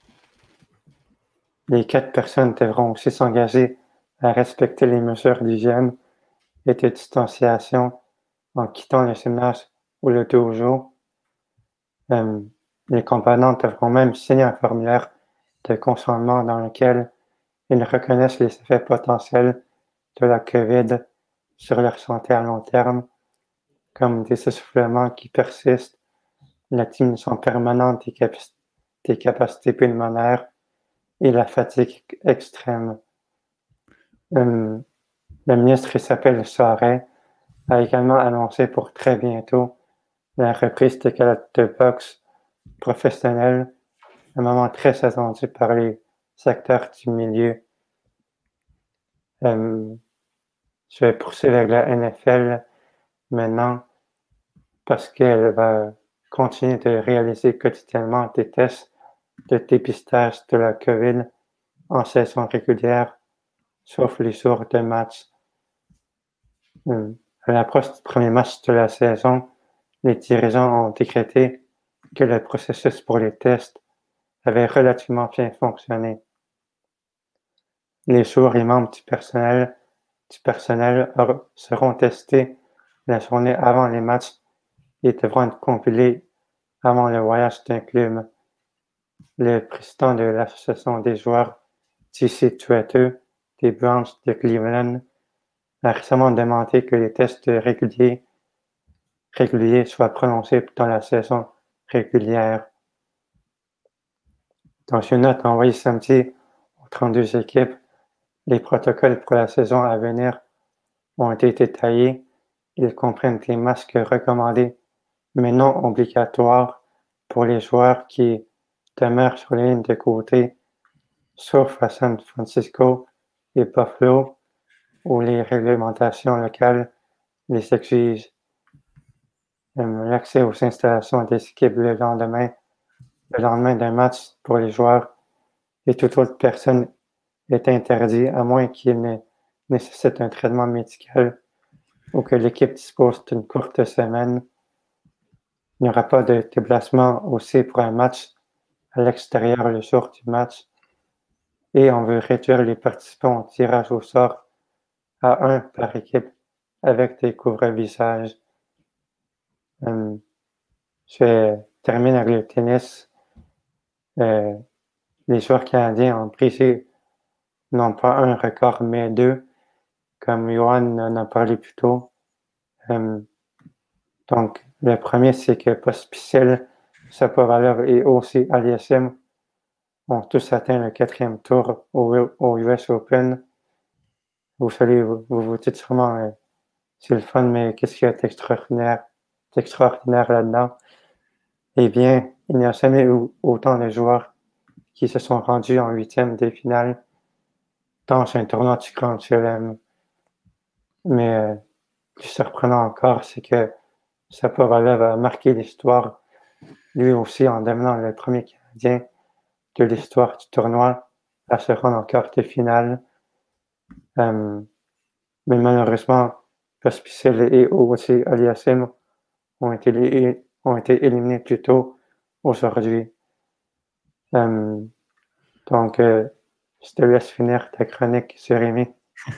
les quatre personnes devront aussi s'engager à respecter les mesures d'hygiène et de distanciation en quittant le gymnase ou le dojo. Euh, les combattants devront même signer un formulaire de consentement dans lequel ils reconnaissent les effets potentiels de la COVID sur leur santé à long terme, comme des essoufflements qui persistent, la diminution permanente des, capac- des capacités pulmonaires et la fatigue extrême. Euh, Le ministre Isabelle Charest a également annoncé pour très bientôt la reprise des calottes de boxe professionnelles, un moment très attendu par les acteurs du milieu. Euh, je vais poursuivre avec la N F L maintenant parce qu'elle va continuer de réaliser quotidiennement des tests de dépistage de la COVID en saison régulière, sauf les jours de match. Euh, à l'approche du premier match de la saison, les dirigeants ont décrété que le processus pour les tests avait relativement bien fonctionné. Les joueurs et membres du personnel, du personnel seront testés la journée avant les matchs et devront être compilés avant le voyage d'un club. Le président de l'association des joueurs, J C Tretter, des Browns de Cleveland, a récemment demandé que les tests réguliers, réguliers soient prononcés dans la saison régulière. Dans une note envoyée samedi aux trente-deux équipes, les protocoles pour la saison à venir ont été détaillés. Ils comprennent les masques recommandés, mais non obligatoires pour les joueurs qui demeurent sur les lignes de côté, sauf à San Francisco et Buffalo, où les réglementations locales les exigent. L'accès aux installations des équipes le lendemain, le lendemain d'un match pour les joueurs et toute autre personne est interdit à moins qu'il ne nécessite un traitement médical ou que l'équipe dispose d'une courte semaine. Il n'y aura pas de déplacement aussi pour un match à l'extérieur le jour du match et on veut réduire les participants au tirage au sort à un par équipe avec des couvre-visages. Euh, je termine avec le tennis. Euh, les joueurs canadiens ont brisé non pas un record, mais deux, comme Johan en a parlé plus tôt. Euh, donc, le premier, c'est que Pospisil, Shapovalov et aussi Aliassime ont tous atteint le quatrième tour au, au U S Open. Vous savez, vous vous, vous dites sûrement, euh, c'est le fun, mais qu'est-ce qu'il y a d'extraordinaire, d'extraordinaire là-dedans? Eh bien, il n'y a jamais eu autant de joueurs qui se sont rendus en huitième des finales dans un tournoi du Grand Chelem. Mais euh, plus surprenant encore, c'est que Shapovalov a marqué l'histoire, lui aussi en devenant le premier Canadien de l'histoire du tournoi à se rendre en quart de finale. Euh, mais malheureusement, Pospisil et aussi Aliassime ont été, ont été éliminés plus tôt aujourd'hui. Euh, donc, euh, je te laisse finir ta chronique sur Rémi.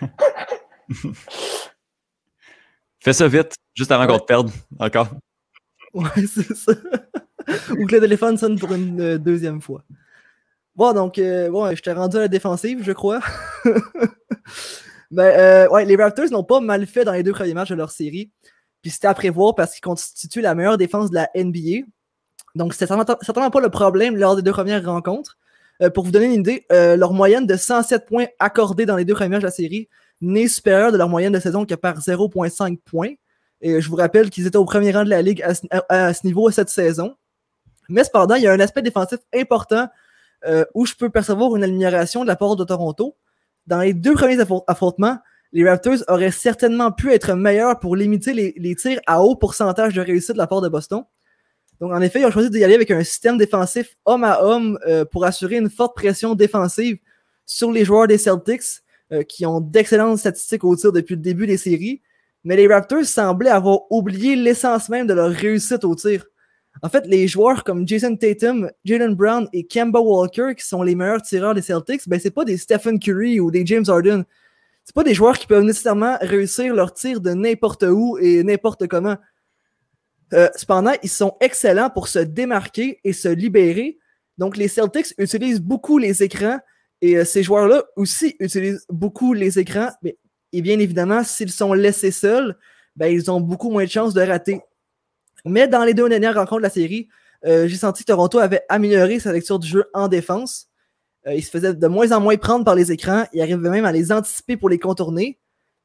Fais ça vite, juste avant Ouais. qu'on te perde encore. Ouais, c'est ça. Ou que le téléphone sonne pour une euh, deuxième fois. Bon, donc, euh, bon, je t'ai rendu à la défensive, je crois. Ben, euh, ouais, les Raptors n'ont pas mal fait dans les deux premiers matchs de leur série. Puis c'était à prévoir parce qu'ils constituent la meilleure défense de la N B A. Donc, c'était certainement, certainement pas le problème lors des deux premières rencontres. Euh, pour vous donner une idée, euh, leur moyenne de cent sept points accordés dans les deux premiers matchs de la série n'est supérieure de leur moyenne de saison que par zéro virgule cinq points. Et je vous rappelle qu'ils étaient au premier rang de la Ligue à ce, à, à ce niveau cette saison. Mais cependant, il y a un aspect défensif important euh, où je peux percevoir une amélioration de la part de Toronto. Dans les deux premiers affrontements, les Raptors auraient certainement pu être meilleurs pour limiter les, les tirs à haut pourcentage de réussite de la part de Boston. Donc, en effet, ils ont choisi d'y aller avec un système défensif homme à homme euh, pour assurer une forte pression défensive sur les joueurs des Celtics euh, qui ont d'excellentes statistiques au tir depuis le début des séries. Mais les Raptors semblaient avoir oublié l'essence même de leur réussite au tir. En fait, les joueurs comme Jason Tatum, Jaylen Brown et Kemba Walker, qui sont les meilleurs tireurs des Celtics, ben c'est pas des Stephen Curry ou des James Harden. C'est pas des joueurs qui peuvent nécessairement réussir leur tir de n'importe où et n'importe comment. Euh, cependant, ils sont excellents pour se démarquer et se libérer. Donc, les Celtics utilisent beaucoup les écrans et euh, ces joueurs-là aussi utilisent beaucoup les écrans. Mais, et bien évidemment, s'ils sont laissés seuls, ben, ils ont beaucoup moins de chances de rater. Mais dans les deux dernières rencontres de la série, euh, j'ai senti que Toronto avait amélioré sa lecture du jeu en défense. Euh, il se faisait de moins en moins prendre par les écrans. Il arrivait même à les anticiper pour les contourner.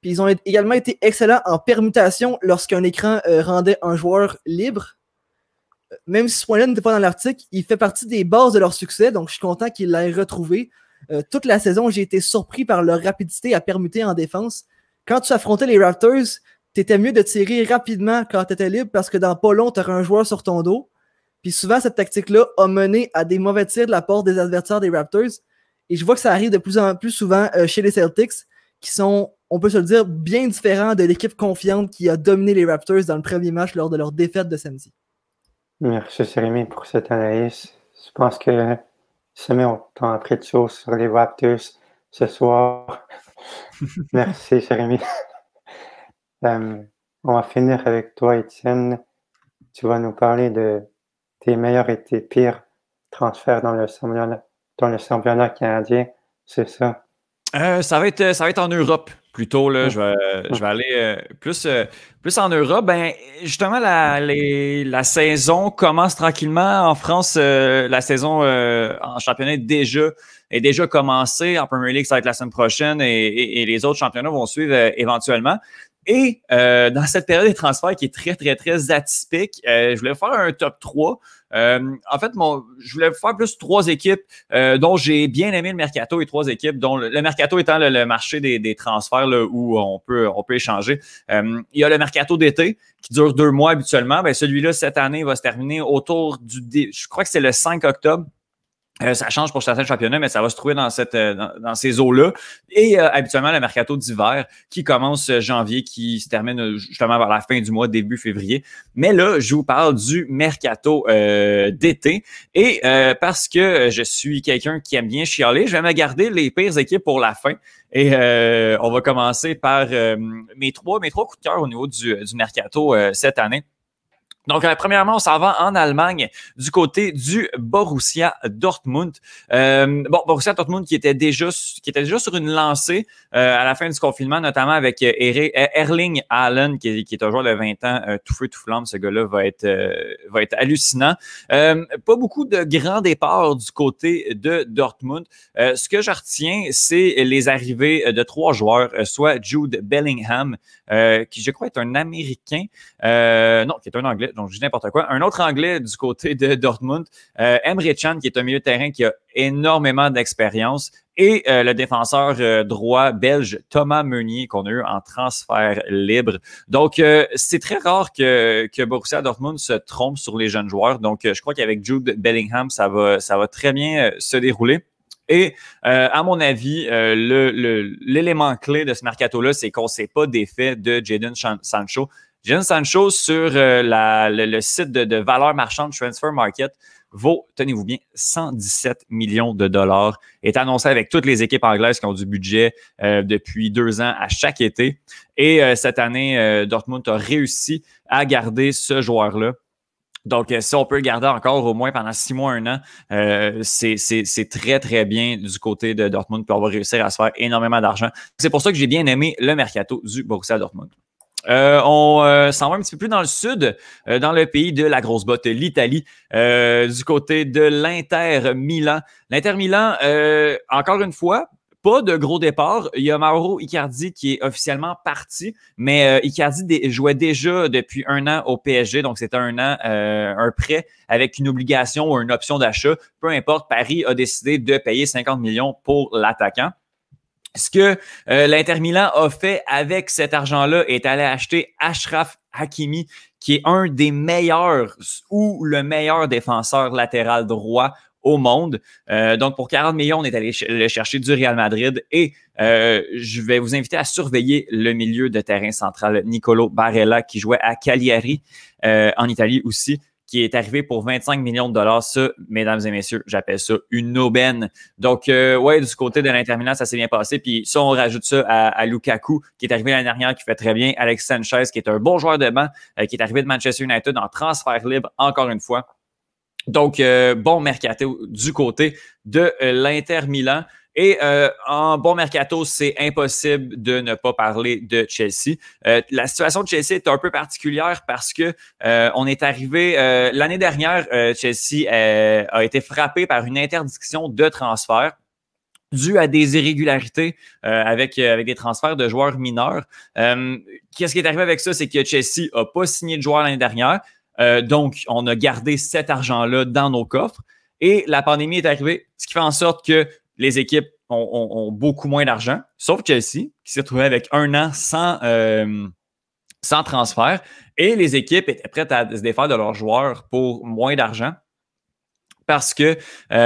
Puis ils ont également été excellents en permutation lorsqu'un écran euh, rendait un joueur libre. Même si ce point-là n'était pas dans l'article, il fait partie des bases de leur succès, donc je suis content qu'il l'ait retrouvé. Euh, toute la saison, j'ai été surpris par leur rapidité à permuter en défense. Quand tu affrontais les Raptors, t'étais mieux de tirer rapidement quand t'étais libre parce que dans pas long, t'aurais un joueur sur ton dos. Puis souvent, cette tactique-là a mené à des mauvais tirs de la part des adversaires des Raptors. Et je vois que ça arrive de plus en plus souvent euh, chez les Celtics, qui sont, on peut se le dire, bien différents de l'équipe confiante qui a dominé les Raptors dans le premier match lors de leur défaite de samedi. Merci, Jérémy, pour cette analyse. Je pense que jamais on t'a appris de choses sur les Raptors ce soir. Merci, Jérémy. um, on va finir avec toi, Étienne. Tu vas nous parler de tes meilleurs et tes pires transferts dans le championnat, dans le championnat canadien, c'est ça? Euh, ça va être, ça va être en Europe plutôt. Là. Je, vais, je vais aller euh, plus, euh, plus en Europe. Ben, justement, la, les, la saison commence tranquillement. En France, euh, la saison euh, en championnat est déjà, est déjà commencée. En Premier League, ça va être la semaine prochaine et, et, et les autres championnats vont suivre euh, éventuellement. Et euh, dans cette période des transferts qui est très, très, très atypique, euh, je voulais faire un top trois. Euh, en fait, mon, je voulais faire plus trois équipes euh, dont j'ai bien aimé le mercato et trois équipes dont le, le mercato étant le, le marché des, des transferts là, où on peut, on peut échanger. Euh, il y a le mercato d'été qui dure deux mois habituellement. Ben, celui-là, cette année, va se terminer autour du... Je crois que c'est le cinq octobre. Euh, ça change pour certains championnats, mais ça va se trouver dans cette euh, dans, dans ces eaux-là. Et euh, habituellement, le mercato d'hiver qui commence janvier, qui se termine justement vers la fin du mois, début février. Mais là, je vous parle du mercato euh, d'été. Et euh, parce que je suis quelqu'un qui aime bien chialer, je vais me garder les pires équipes pour la fin. Et euh, on va commencer par euh, mes trois mes trois coups de cœur au niveau du, du mercato euh, cette année. Donc, euh, premièrement, on s'en va en Allemagne du côté du Borussia Dortmund. Euh, bon, Borussia Dortmund qui était déjà qui était déjà sur une lancée euh, à la fin du confinement, notamment avec euh, Erling Haaland, qui est, qui est un joueur de vingt ans, euh, tout feu, tout flamme. Ce gars-là va être euh, va être hallucinant. Euh, pas beaucoup de grands départs du côté de Dortmund. Euh, ce que je retiens, c'est les arrivées de trois joueurs, soit Jude Bellingham, euh, qui je crois est un Américain, euh, non, qui est un Anglais. Donc, je dis n'importe quoi. Un autre Anglais du côté de Dortmund, euh, Emre Can, qui est un milieu de terrain qui a énormément d'expérience, et euh, le défenseur euh, droit belge Thomas Meunier, qu'on a eu en transfert libre. Donc, euh, c'est très rare que, que Borussia Dortmund se trompe sur les jeunes joueurs. Donc, euh, je crois qu'avec Jude Bellingham, ça va, ça va très bien euh, se dérouler. Et euh, à mon avis, euh, le, le, l'élément clé de ce mercato-là, c'est qu'on ne sait pas d'effet de Jadon Sancho. Jadon Sancho sur euh, la, le, le site de, de valeur marchande Transfer Market vaut, tenez-vous bien, cent dix-sept millions de dollars. Est annoncé avec toutes les équipes anglaises qui ont du budget euh, depuis deux ans à chaque été. Et euh, cette année, euh, Dortmund a réussi à garder ce joueur-là. Donc, si on peut le garder encore au moins pendant six mois, un an, euh, c'est, c'est, c'est très, très bien du côté de Dortmund. Puis on va réussir à se faire énormément d'argent. C'est pour ça que j'ai bien aimé le mercato du Borussia Dortmund. Euh, on euh, s'en va un petit peu plus dans le sud, euh, dans le pays de la grosse botte, l'Italie, euh, du côté de l'Inter Milan. L'Inter Milan, euh, encore une fois, pas de gros départ. Il y a Mauro Icardi qui est officiellement parti, mais euh, Icardi dé- jouait déjà depuis un an au P S G, donc c'était un an, euh, un prêt avec une obligation ou une option d'achat. Peu importe, Paris a décidé de payer cinquante millions pour l'attaquant. Ce que euh, l'Inter Milan a fait avec cet argent-là est aller acheter Achraf Hakimi, qui est un des meilleurs ou le meilleur défenseur latéral droit au monde. Euh, donc, pour quarante millions, on est allé ch- le chercher du Real Madrid et euh, je vais vous inviter à surveiller le milieu de terrain central, Nicolo Barella, qui jouait à Cagliari euh, en Italie aussi, qui est arrivé pour vingt-cinq millions de dollars. Ça, mesdames et messieurs, j'appelle ça une aubaine. Donc, euh, ouais, du côté de l'Inter Milan, ça s'est bien passé. Puis ça, on rajoute ça à, à Lukaku, qui est arrivé l'année dernière, qui fait très bien. Alex Sanchez, qui est un bon joueur de banc, euh, qui est arrivé de Manchester United en transfert libre, encore une fois. Donc, euh, bon mercato du côté de euh, l'Inter Milan. Et euh, en bon mercato, c'est impossible de ne pas parler de Chelsea. Euh, la situation de Chelsea est un peu particulière parce que euh, on est arrivé euh, l'année dernière, euh, Chelsea euh, a été frappé par une interdiction de transfert dû à des irrégularités euh, avec, euh, avec des transferts de joueurs mineurs. Euh, qu'est-ce qui est arrivé avec ça? C'est que Chelsea n'a pas signé de joueurs l'année dernière. Euh, donc, on a gardé cet argent-là dans nos coffres. Et la pandémie est arrivée, ce qui fait en sorte que les équipes ont, ont, ont beaucoup moins d'argent, sauf Chelsea, qui s'est retrouvé avec un an sans, euh, sans transfert. Et les équipes étaient prêtes à se défaire de leurs joueurs pour moins d'argent. Parce que,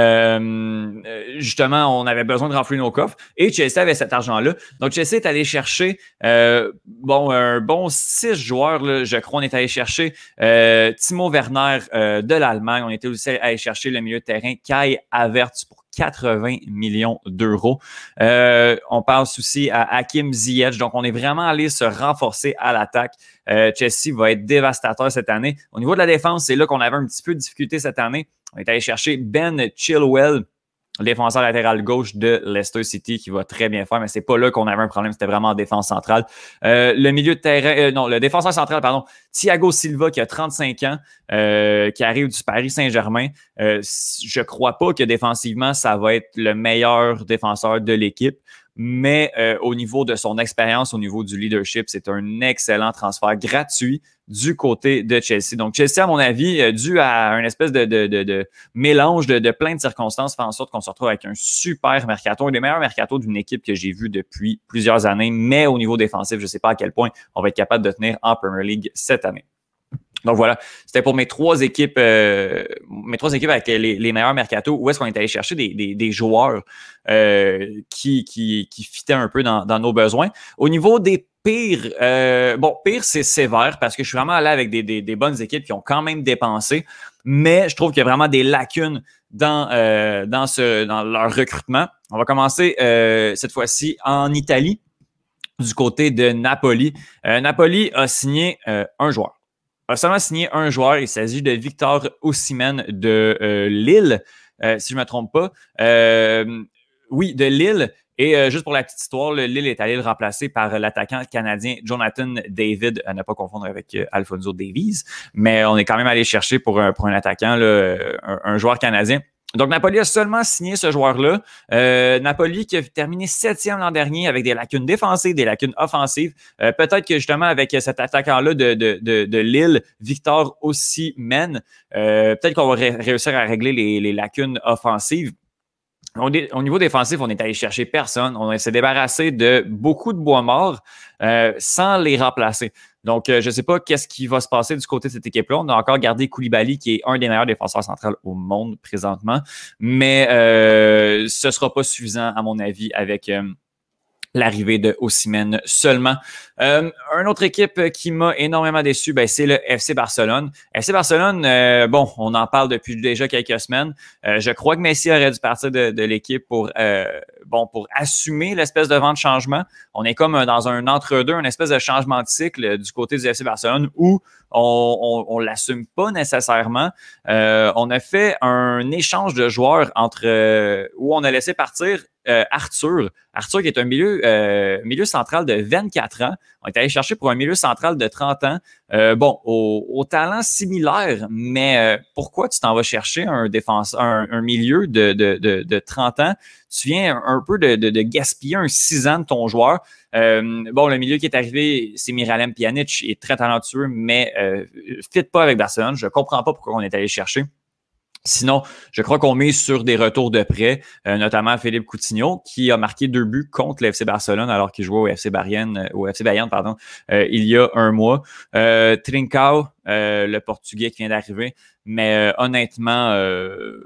euh, justement, on avait besoin de remplir nos coffres et Chelsea avait cet argent-là. Donc, Chelsea est allé chercher, euh, bon, un bon six joueurs, là, je crois. On est allé chercher euh, Timo Werner euh, de l'Allemagne. On était aussi allé chercher le milieu de terrain Kai Havertz pour quatre-vingts millions d'euros. Euh, on pense aussi à Hakim Ziyech. Donc, on est vraiment allé se renforcer à l'attaque. Euh, Chelsea va être dévastateur cette année. Au niveau de la défense, c'est là qu'on avait un petit peu de difficulté cette année. On est allé chercher Ben Chilwell, le défenseur latéral gauche de Leicester City, qui va très bien faire, mais c'est pas là qu'on avait un problème, c'était vraiment en défense centrale. Euh, le milieu de terrain, euh, non, le défenseur central, pardon, Thiago Silva, qui a trente-cinq ans, euh, qui arrive du Paris Saint-Germain. Euh, je crois pas que défensivement, ça va être le meilleur défenseur de l'équipe, mais euh, au niveau de son expérience, au niveau du leadership, c'est un excellent transfert gratuit du côté de Chelsea. Donc, Chelsea, à mon avis, euh, dû à un espèce de, de, de, de mélange de, de plein de circonstances, fait en sorte qu'on se retrouve avec un super mercato, un des meilleurs mercatos d'une équipe que j'ai vu depuis plusieurs années, mais au niveau défensif, je ne sais pas à quel point on va être capable de tenir en Premier League cette année. Donc voilà, c'était pour mes trois équipes, euh, mes trois équipes avec les, les meilleurs mercatos. Où est-ce qu'on est allé chercher des, des, des joueurs euh, qui, qui, qui fitaient un peu dans, dans nos besoins. Au niveau des pires, euh, bon, pire, c'est sévère parce que je suis vraiment allé avec des, des, des bonnes équipes qui ont quand même dépensé, mais je trouve qu'il y a vraiment des lacunes dans, euh, dans, ce, dans leur recrutement. On va commencer euh, cette fois-ci en Italie, du côté de Napoli. Euh, Napoli a signé euh, un joueur. A seulement signé un joueur. Il s'agit de Victor Osimhen de euh, Lille, euh, si je ne me trompe pas. Euh, oui, de Lille. Et euh, juste pour la petite histoire, le Lille est allé le remplacer par l'attaquant canadien Jonathan David, à ne pas confondre avec euh, Alphonso Davies. Mais on est quand même allé chercher pour un, pour un attaquant, là, un, un joueur canadien. Donc, Napoli a seulement signé ce joueur-là. Euh, Napoli qui a terminé septième l'an dernier avec des lacunes défensives, des lacunes offensives. Euh, peut-être que justement avec cet attaquant-là de, de, de, de Lille, Victor Osimhen, euh, peut-être qu'on va ré- réussir à régler les, les lacunes offensives. On est, au niveau défensif, on est allé chercher personne. On s'est débarrassé de beaucoup de bois morts euh, sans les remplacer. Donc, euh, je ne sais pas qu'est-ce qui va se passer du côté de cette équipe-là. On a encore gardé Koulibaly, qui est un des meilleurs défenseurs centrales au monde présentement. Mais euh, ce ne sera pas suffisant, à mon avis, avec euh, l'arrivée de Osimhen seulement. Euh, une autre équipe qui m'a énormément déçu, ben, c'est le F C Barcelone. F C Barcelone, euh, bon, on en parle depuis déjà quelques semaines. Euh, je crois que Messi aurait dû partir de, de l'équipe pour, euh, bon, pour assumer l'espèce de vent de changement. On est comme dans un entre-deux, une espèce de changement de cycle du côté du F C Barcelone où on on, on l'assume pas nécessairement. Euh, on a fait un échange de joueurs entre euh, où on a laissé partir euh, Arthur. Arthur qui est un milieu, euh, milieu central de vingt-quatre ans. On est allé chercher pour un milieu central de trente ans. Euh, bon, au, au talent similaire, mais euh, pourquoi tu t'en vas chercher un défenseur, un, un milieu de, de, de, de trente ans? Tu viens un, un peu de, de, de gaspiller un six ans de ton joueur. Euh, bon, le milieu qui est arrivé, c'est Miralem Pjanic, il est très talentueux, mais euh, fit pas avec Barcelone. Je comprends pas pourquoi on est allé chercher. Sinon, je crois qu'on met sur des retours de prêt, euh, notamment Philippe Coutinho, qui a marqué deux buts contre le F C Barcelone alors qu'il jouait au F C Bayern, au F C Bayern, pardon, euh, il y a un mois. Euh, Trincao, euh, le Portugais qui vient d'arriver, mais euh, honnêtement, euh,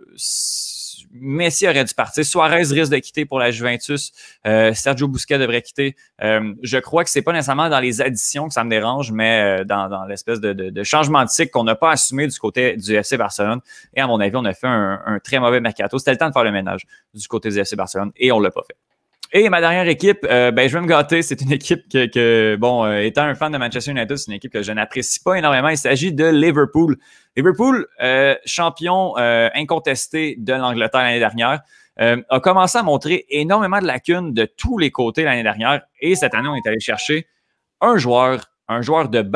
Messi aurait dû partir. Suarez risque de quitter pour la Juventus. Euh, Sergio Busquets devrait quitter. Euh, je crois que c'est pas nécessairement dans les additions que ça me dérange, mais euh, dans, dans l'espèce de, de, de changement de cycle qu'on n'a pas assumé du côté du F C Barcelone. Et à mon avis, on a fait un, un très mauvais mercato. C'était le temps de faire le ménage du côté du F C Barcelone et on l'a pas fait. Et ma dernière équipe, euh, ben, je vais me gâter. C'est une équipe que, que bon, euh, étant un fan de Manchester United, c'est une équipe que je n'apprécie pas énormément. Il s'agit de Liverpool. Liverpool, euh, champion euh, incontesté de l'Angleterre l'année dernière, euh, a commencé à montrer énormément de lacunes de tous les côtés l'année dernière. Et cette année, on est allé chercher un joueur, un joueur de banc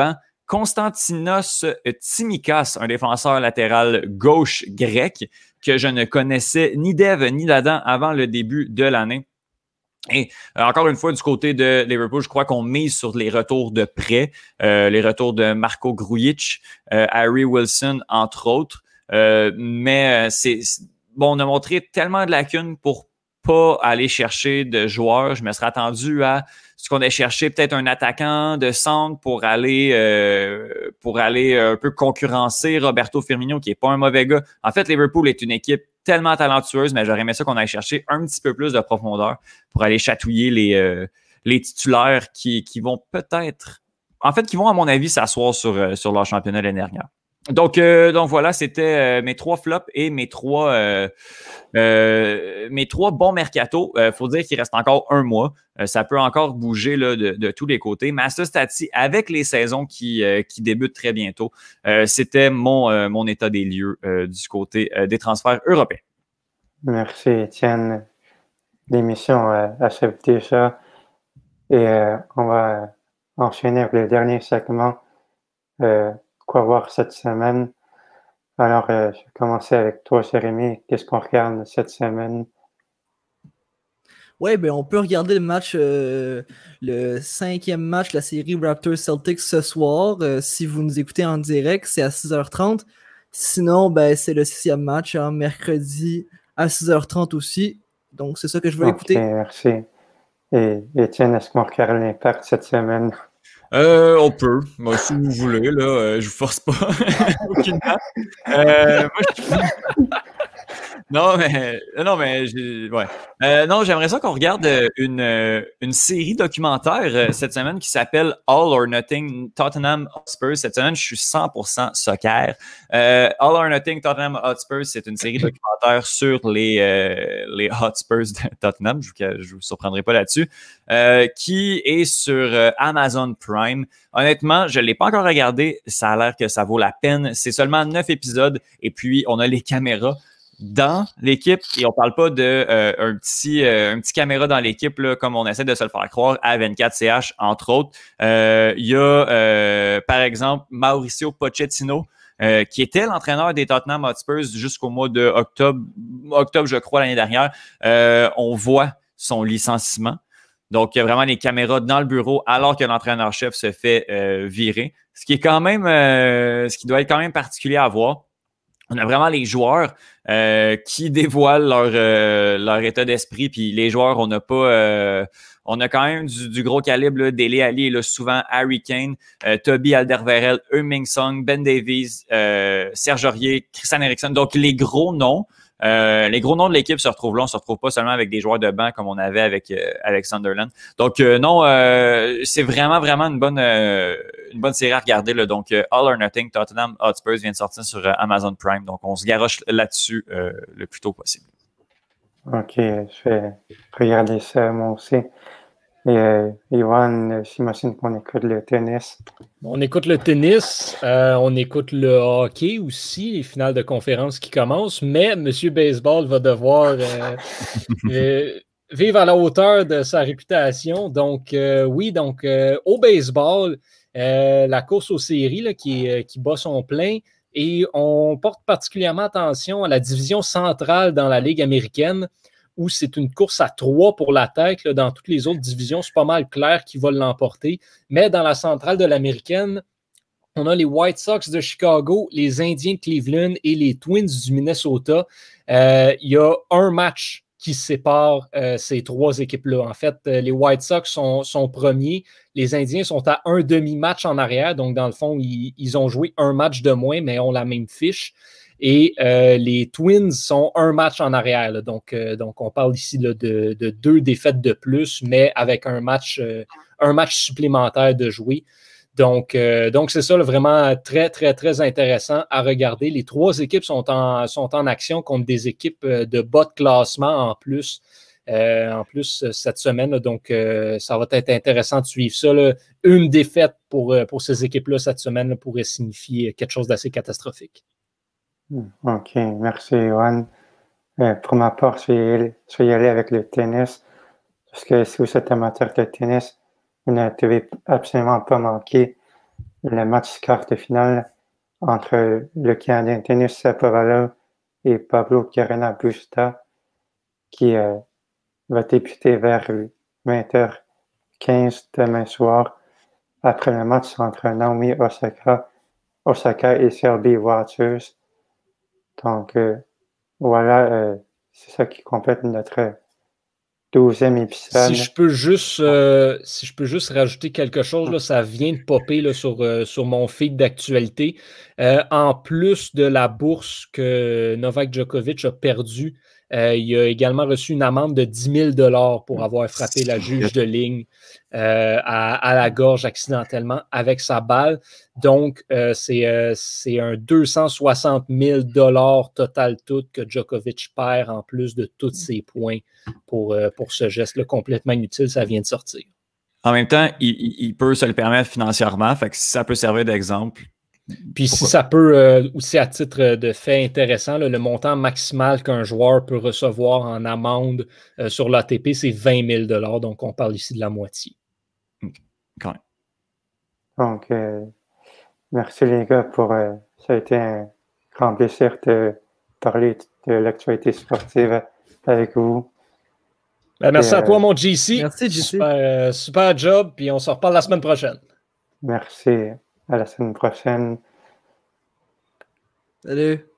Konstantinos Tsimikas, un défenseur latéral gauche grec que je ne connaissais ni d'Ève ni d'Adam avant le début de l'année. Et euh, encore une fois, du côté de Liverpool, je crois qu'on mise sur les retours de prêt, euh, les retours de Marco Grujic, euh, Harry Wilson, entre autres. Euh, mais euh, c'est, c'est bon, on a montré tellement de lacunes pour pas aller chercher de joueurs. Je me serais attendu à ce qu'on ait cherché peut-être un attaquant de centre pour aller euh, pour aller un peu concurrencer Roberto Firmino, qui est pas un mauvais gars. En fait, Liverpool est une équipe tellement talentueuse, mais j'aurais aimé ça qu'on aille chercher un petit peu plus de profondeur pour aller chatouiller les, euh, les titulaires qui, qui vont peut-être, en fait, qui vont, à mon avis, s'asseoir sur, sur leur championnat l'année dernière. Donc, euh, donc voilà, c'était euh, mes trois flops et mes trois, euh, euh, mes trois bons mercato. Il euh, faut dire qu'il reste encore un mois. Euh, ça peut encore bouger là, de, de tous les côtés. Mais à ce stade-ci, avec les saisons qui, euh, qui débutent très bientôt, euh, c'était mon, euh, mon état des lieux euh, du côté euh, des transferts européens. Merci, Étienne. L'émission euh, achève déjà. Et euh, on va enchaîner avec le dernier segment. Euh, quoi voir cette semaine? Alors, euh, je vais commencer avec toi, Jérémy. Qu'est-ce qu'on regarde cette semaine? Ouais, ben on peut regarder le match, euh, le cinquième match de la série Raptors-Celtics ce soir. Euh, si vous nous écoutez en direct, c'est à six heures trente. Sinon, ben c'est le sixième match, hein, mercredi à six heures trente aussi. Donc, c'est ça que je veux Ok, écouter. merci. Et Étienne, est-ce qu'on regarde l'Impact cette semaine? Euh, on peut. Moi, si vous voulez, là, euh, je vous force pas. Aucunement. Euh, moi, je... Non, mais, non, mais, j'ai, ouais. Euh, non, j'aimerais ça qu'on regarde une, une série documentaire cette semaine qui s'appelle All or Nothing Tottenham Hotspur. Cette semaine, je suis cent pour cent soccer. Euh, All or Nothing Tottenham Hotspur, c'est une série documentaire sur les, euh, les Hotspurs de Tottenham. Je ne vous surprendrai pas là-dessus. Euh, qui est sur euh, Amazon Prime. Honnêtement, je ne l'ai pas encore regardé. Ça a l'air que ça vaut la peine. C'est seulement neuf épisodes et puis on a les caméras dans l'équipe et on parle pas de euh, un petit euh, un petit caméra dans l'équipe là, comme on essaie de se le faire croire à vingt-quatre C H entre autres. Il euh, y a euh, par exemple Mauricio Pochettino euh, qui était l'entraîneur des Tottenham Hotspurs jusqu'au mois de octobre octobre je crois l'année dernière. Euh, on voit son licenciement. Donc, il y a vraiment les caméras dans le bureau alors que l'entraîneur-chef se fait euh, virer. Ce qui est quand même, euh, ce qui doit être quand même particulier à voir. On a vraiment les joueurs euh, qui dévoilent leur euh, leur état d'esprit, puis les joueurs, on n'a pas, euh, on a quand même du, du gros calibre, là, Dele Alli, là, souvent Harry Kane, euh, Toby Alderweireld, Heung-min Son, Ben Davies, euh, Serge Aurier, Christian Eriksen. Donc les gros noms, euh, les gros noms de l'équipe se retrouvent là. On se retrouve pas seulement avec des joueurs de banc comme on avait avec euh, avec Sunderland. Donc euh, non, euh, c'est vraiment vraiment une bonne euh, une bonne série à regarder là. Donc euh, All or Nothing Tottenham Hotspur vient de sortir sur euh, Amazon Prime. Donc on se garoche là-dessus euh, le plus tôt possible. Ok, je vais regarder ça moi aussi. Et euh, Yohan, j'imagine qu'on écoute le tennis. On écoute le tennis, euh, on écoute le hockey aussi, les finales de conférence qui commencent, mais M. Baseball va devoir euh, euh, vivre à la hauteur de sa réputation. Donc, euh, oui, donc euh, au baseball, euh, la course aux séries là, qui, euh, qui bat son plein, et on porte particulièrement attention à la division centrale dans la Ligue américaine, où c'est une course à trois pour la tête. Là, dans toutes les autres divisions, c'est pas mal clair qui va l'emporter. Mais dans la centrale de l'américaine, on a les White Sox de Chicago, les Indiens de Cleveland et les Twins du Minnesota. Euh, il y a un match qui sépare euh, ces trois équipes-là. En fait, euh, les White Sox sont, sont premiers. Les Indiens sont à un demi-match en arrière. Donc, dans le fond, ils, ils ont joué un match de moins, mais ont la même fiche. Et euh, les Twins sont un match en arrière. Là. Donc, euh, donc, on parle ici là, de, de deux défaites de plus, mais avec un match, euh, un match supplémentaire de jouer. Donc, euh, donc c'est ça, là, vraiment très, très, très intéressant à regarder. Les trois équipes sont en, sont en action contre des équipes de bas de classement en plus. Euh, en plus, cette semaine, là, donc euh, ça va être intéressant de suivre ça. Là. Une défaite pour, pour ces équipes-là cette semaine là, pourrait signifier quelque chose d'assez catastrophique. Ok, merci, Yohan. Euh, pour ma part, je vais, y aller, je vais y aller avec le tennis. Parce que si vous êtes amateur de tennis, vous ne devez absolument pas manquer le match quart de finale entre le Canadien Denis Shapovalov et Pablo Carreño Busta, qui euh, va débuter vers vingt heures quinze demain soir, après le match entre Naomi Osaka, Osaka et Shelby Waters. Donc, euh, voilà, euh, c'est ça qui complète notre douzième épisode. Si je peux juste, euh, si je peux juste rajouter quelque chose, là, ça vient de popper là, sur, euh, sur mon feed d'actualité. Euh, en plus de la bourse que Novak Djokovic a perdue, euh, il a également reçu une amende de dix mille dollars pour avoir frappé la juge de ligne euh, à, à la gorge accidentellement avec sa balle. Donc, euh, c'est, euh, c'est un deux cent soixante mille dollars total tout que Djokovic perd en plus de tous ses points pour, euh, pour ce geste-là complètement inutile. Ça vient de sortir. En même temps, il, il, il peut se le permettre financièrement. Fait que si ça peut servir d'exemple. Puis pourquoi? si ça peut euh, aussi, à titre de fait intéressant, là, le montant maximal qu'un joueur peut recevoir en amende euh, sur l'A T P, c'est vingt mille dollars. Donc, on parle ici de la moitié. Okay. Quand même. Donc, euh, merci les gars pour... Euh, ça a été un grand plaisir de parler de l'actualité sportive avec vous. Ben, merci Et, à toi, euh, mon J C. Merci, J C. Super, euh, super job. Puis on se reparle la semaine prochaine. Merci. À la semaine prochaine. Salut.